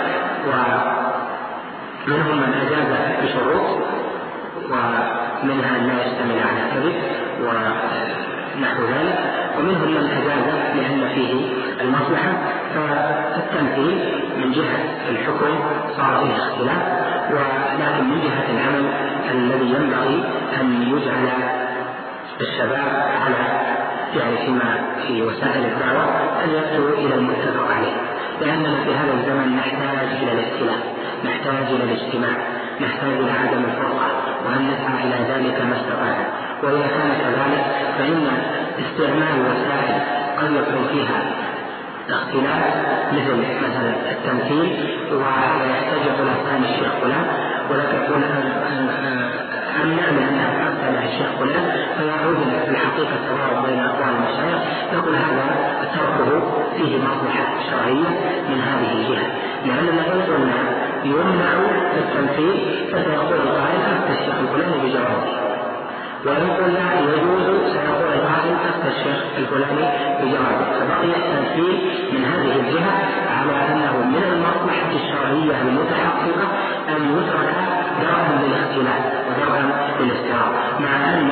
ومنهم من أجازه بشروط، ومنها أن لا يشتمل على كذب ونحو ذلك، ومنهم من أجازه لأن فيه المصلحة. فالتمثيل من جهة الحكم صار فيه اختلاف، ولكن من جهة العمل الذي ينبغي أن يجعل الشباب على يعني في وسائل الدعوة أن يأتوا إلى المتفق عليه، لأننا في هذا الزمن نحتاج إلى الائتلاف، نحتاج إلى الاجتماع، نحتاج إلى عدم الفرقة، وأن نسعى إلى ذلك ما استطعنا. وإذا كان كذلك فإن استعمال وسائل قد يكون فيها اختلاف مثلا التمثيل، وهذا يحتاج إلى ثاني الشيخ فلان، ولا تكون أمنع لأنها أرسل الشيخ فلان فيعود في الحقيقة التضارب بين أقوال المشايخ، يقول هذا تركه فيه مصلحة شرعية من هذه الجهة، لأننا إن قلنا يمنع التمثيل فسيقول القائل أفتى الشيخ الفلاني بجوازه، وإن قلنا يجوز سيقول القائل أفتى الشيخ الفلاني بجوازه، فبقي التمثيل من هذه الجهة على أنه من المصلحة الشرعية المتحققة أن يترك درءا للاختلاف ودرءا للافتراء، مع أن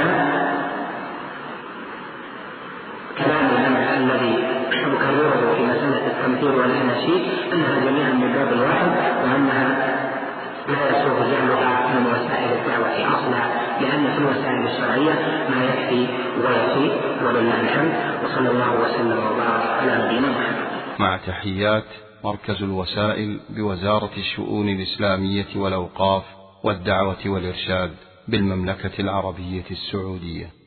كلامنا الذي أكرره في مسألة التمثيل والأناشيد أنها جميعا من باب الواحد، وأنها لا يسوغ جعلها من وسائل الدعوة أصلا، لأن في الوسائل الشرعية ما يكفي ويكفي، ولله الحمد، وصلى الله وسلم وبارك على نبينا محمد. مع تحيات مركز الوسائل بوزارة الشؤون الإسلامية والأوقاف والدعوة والإرشاد بالمملكة العربية السعودية.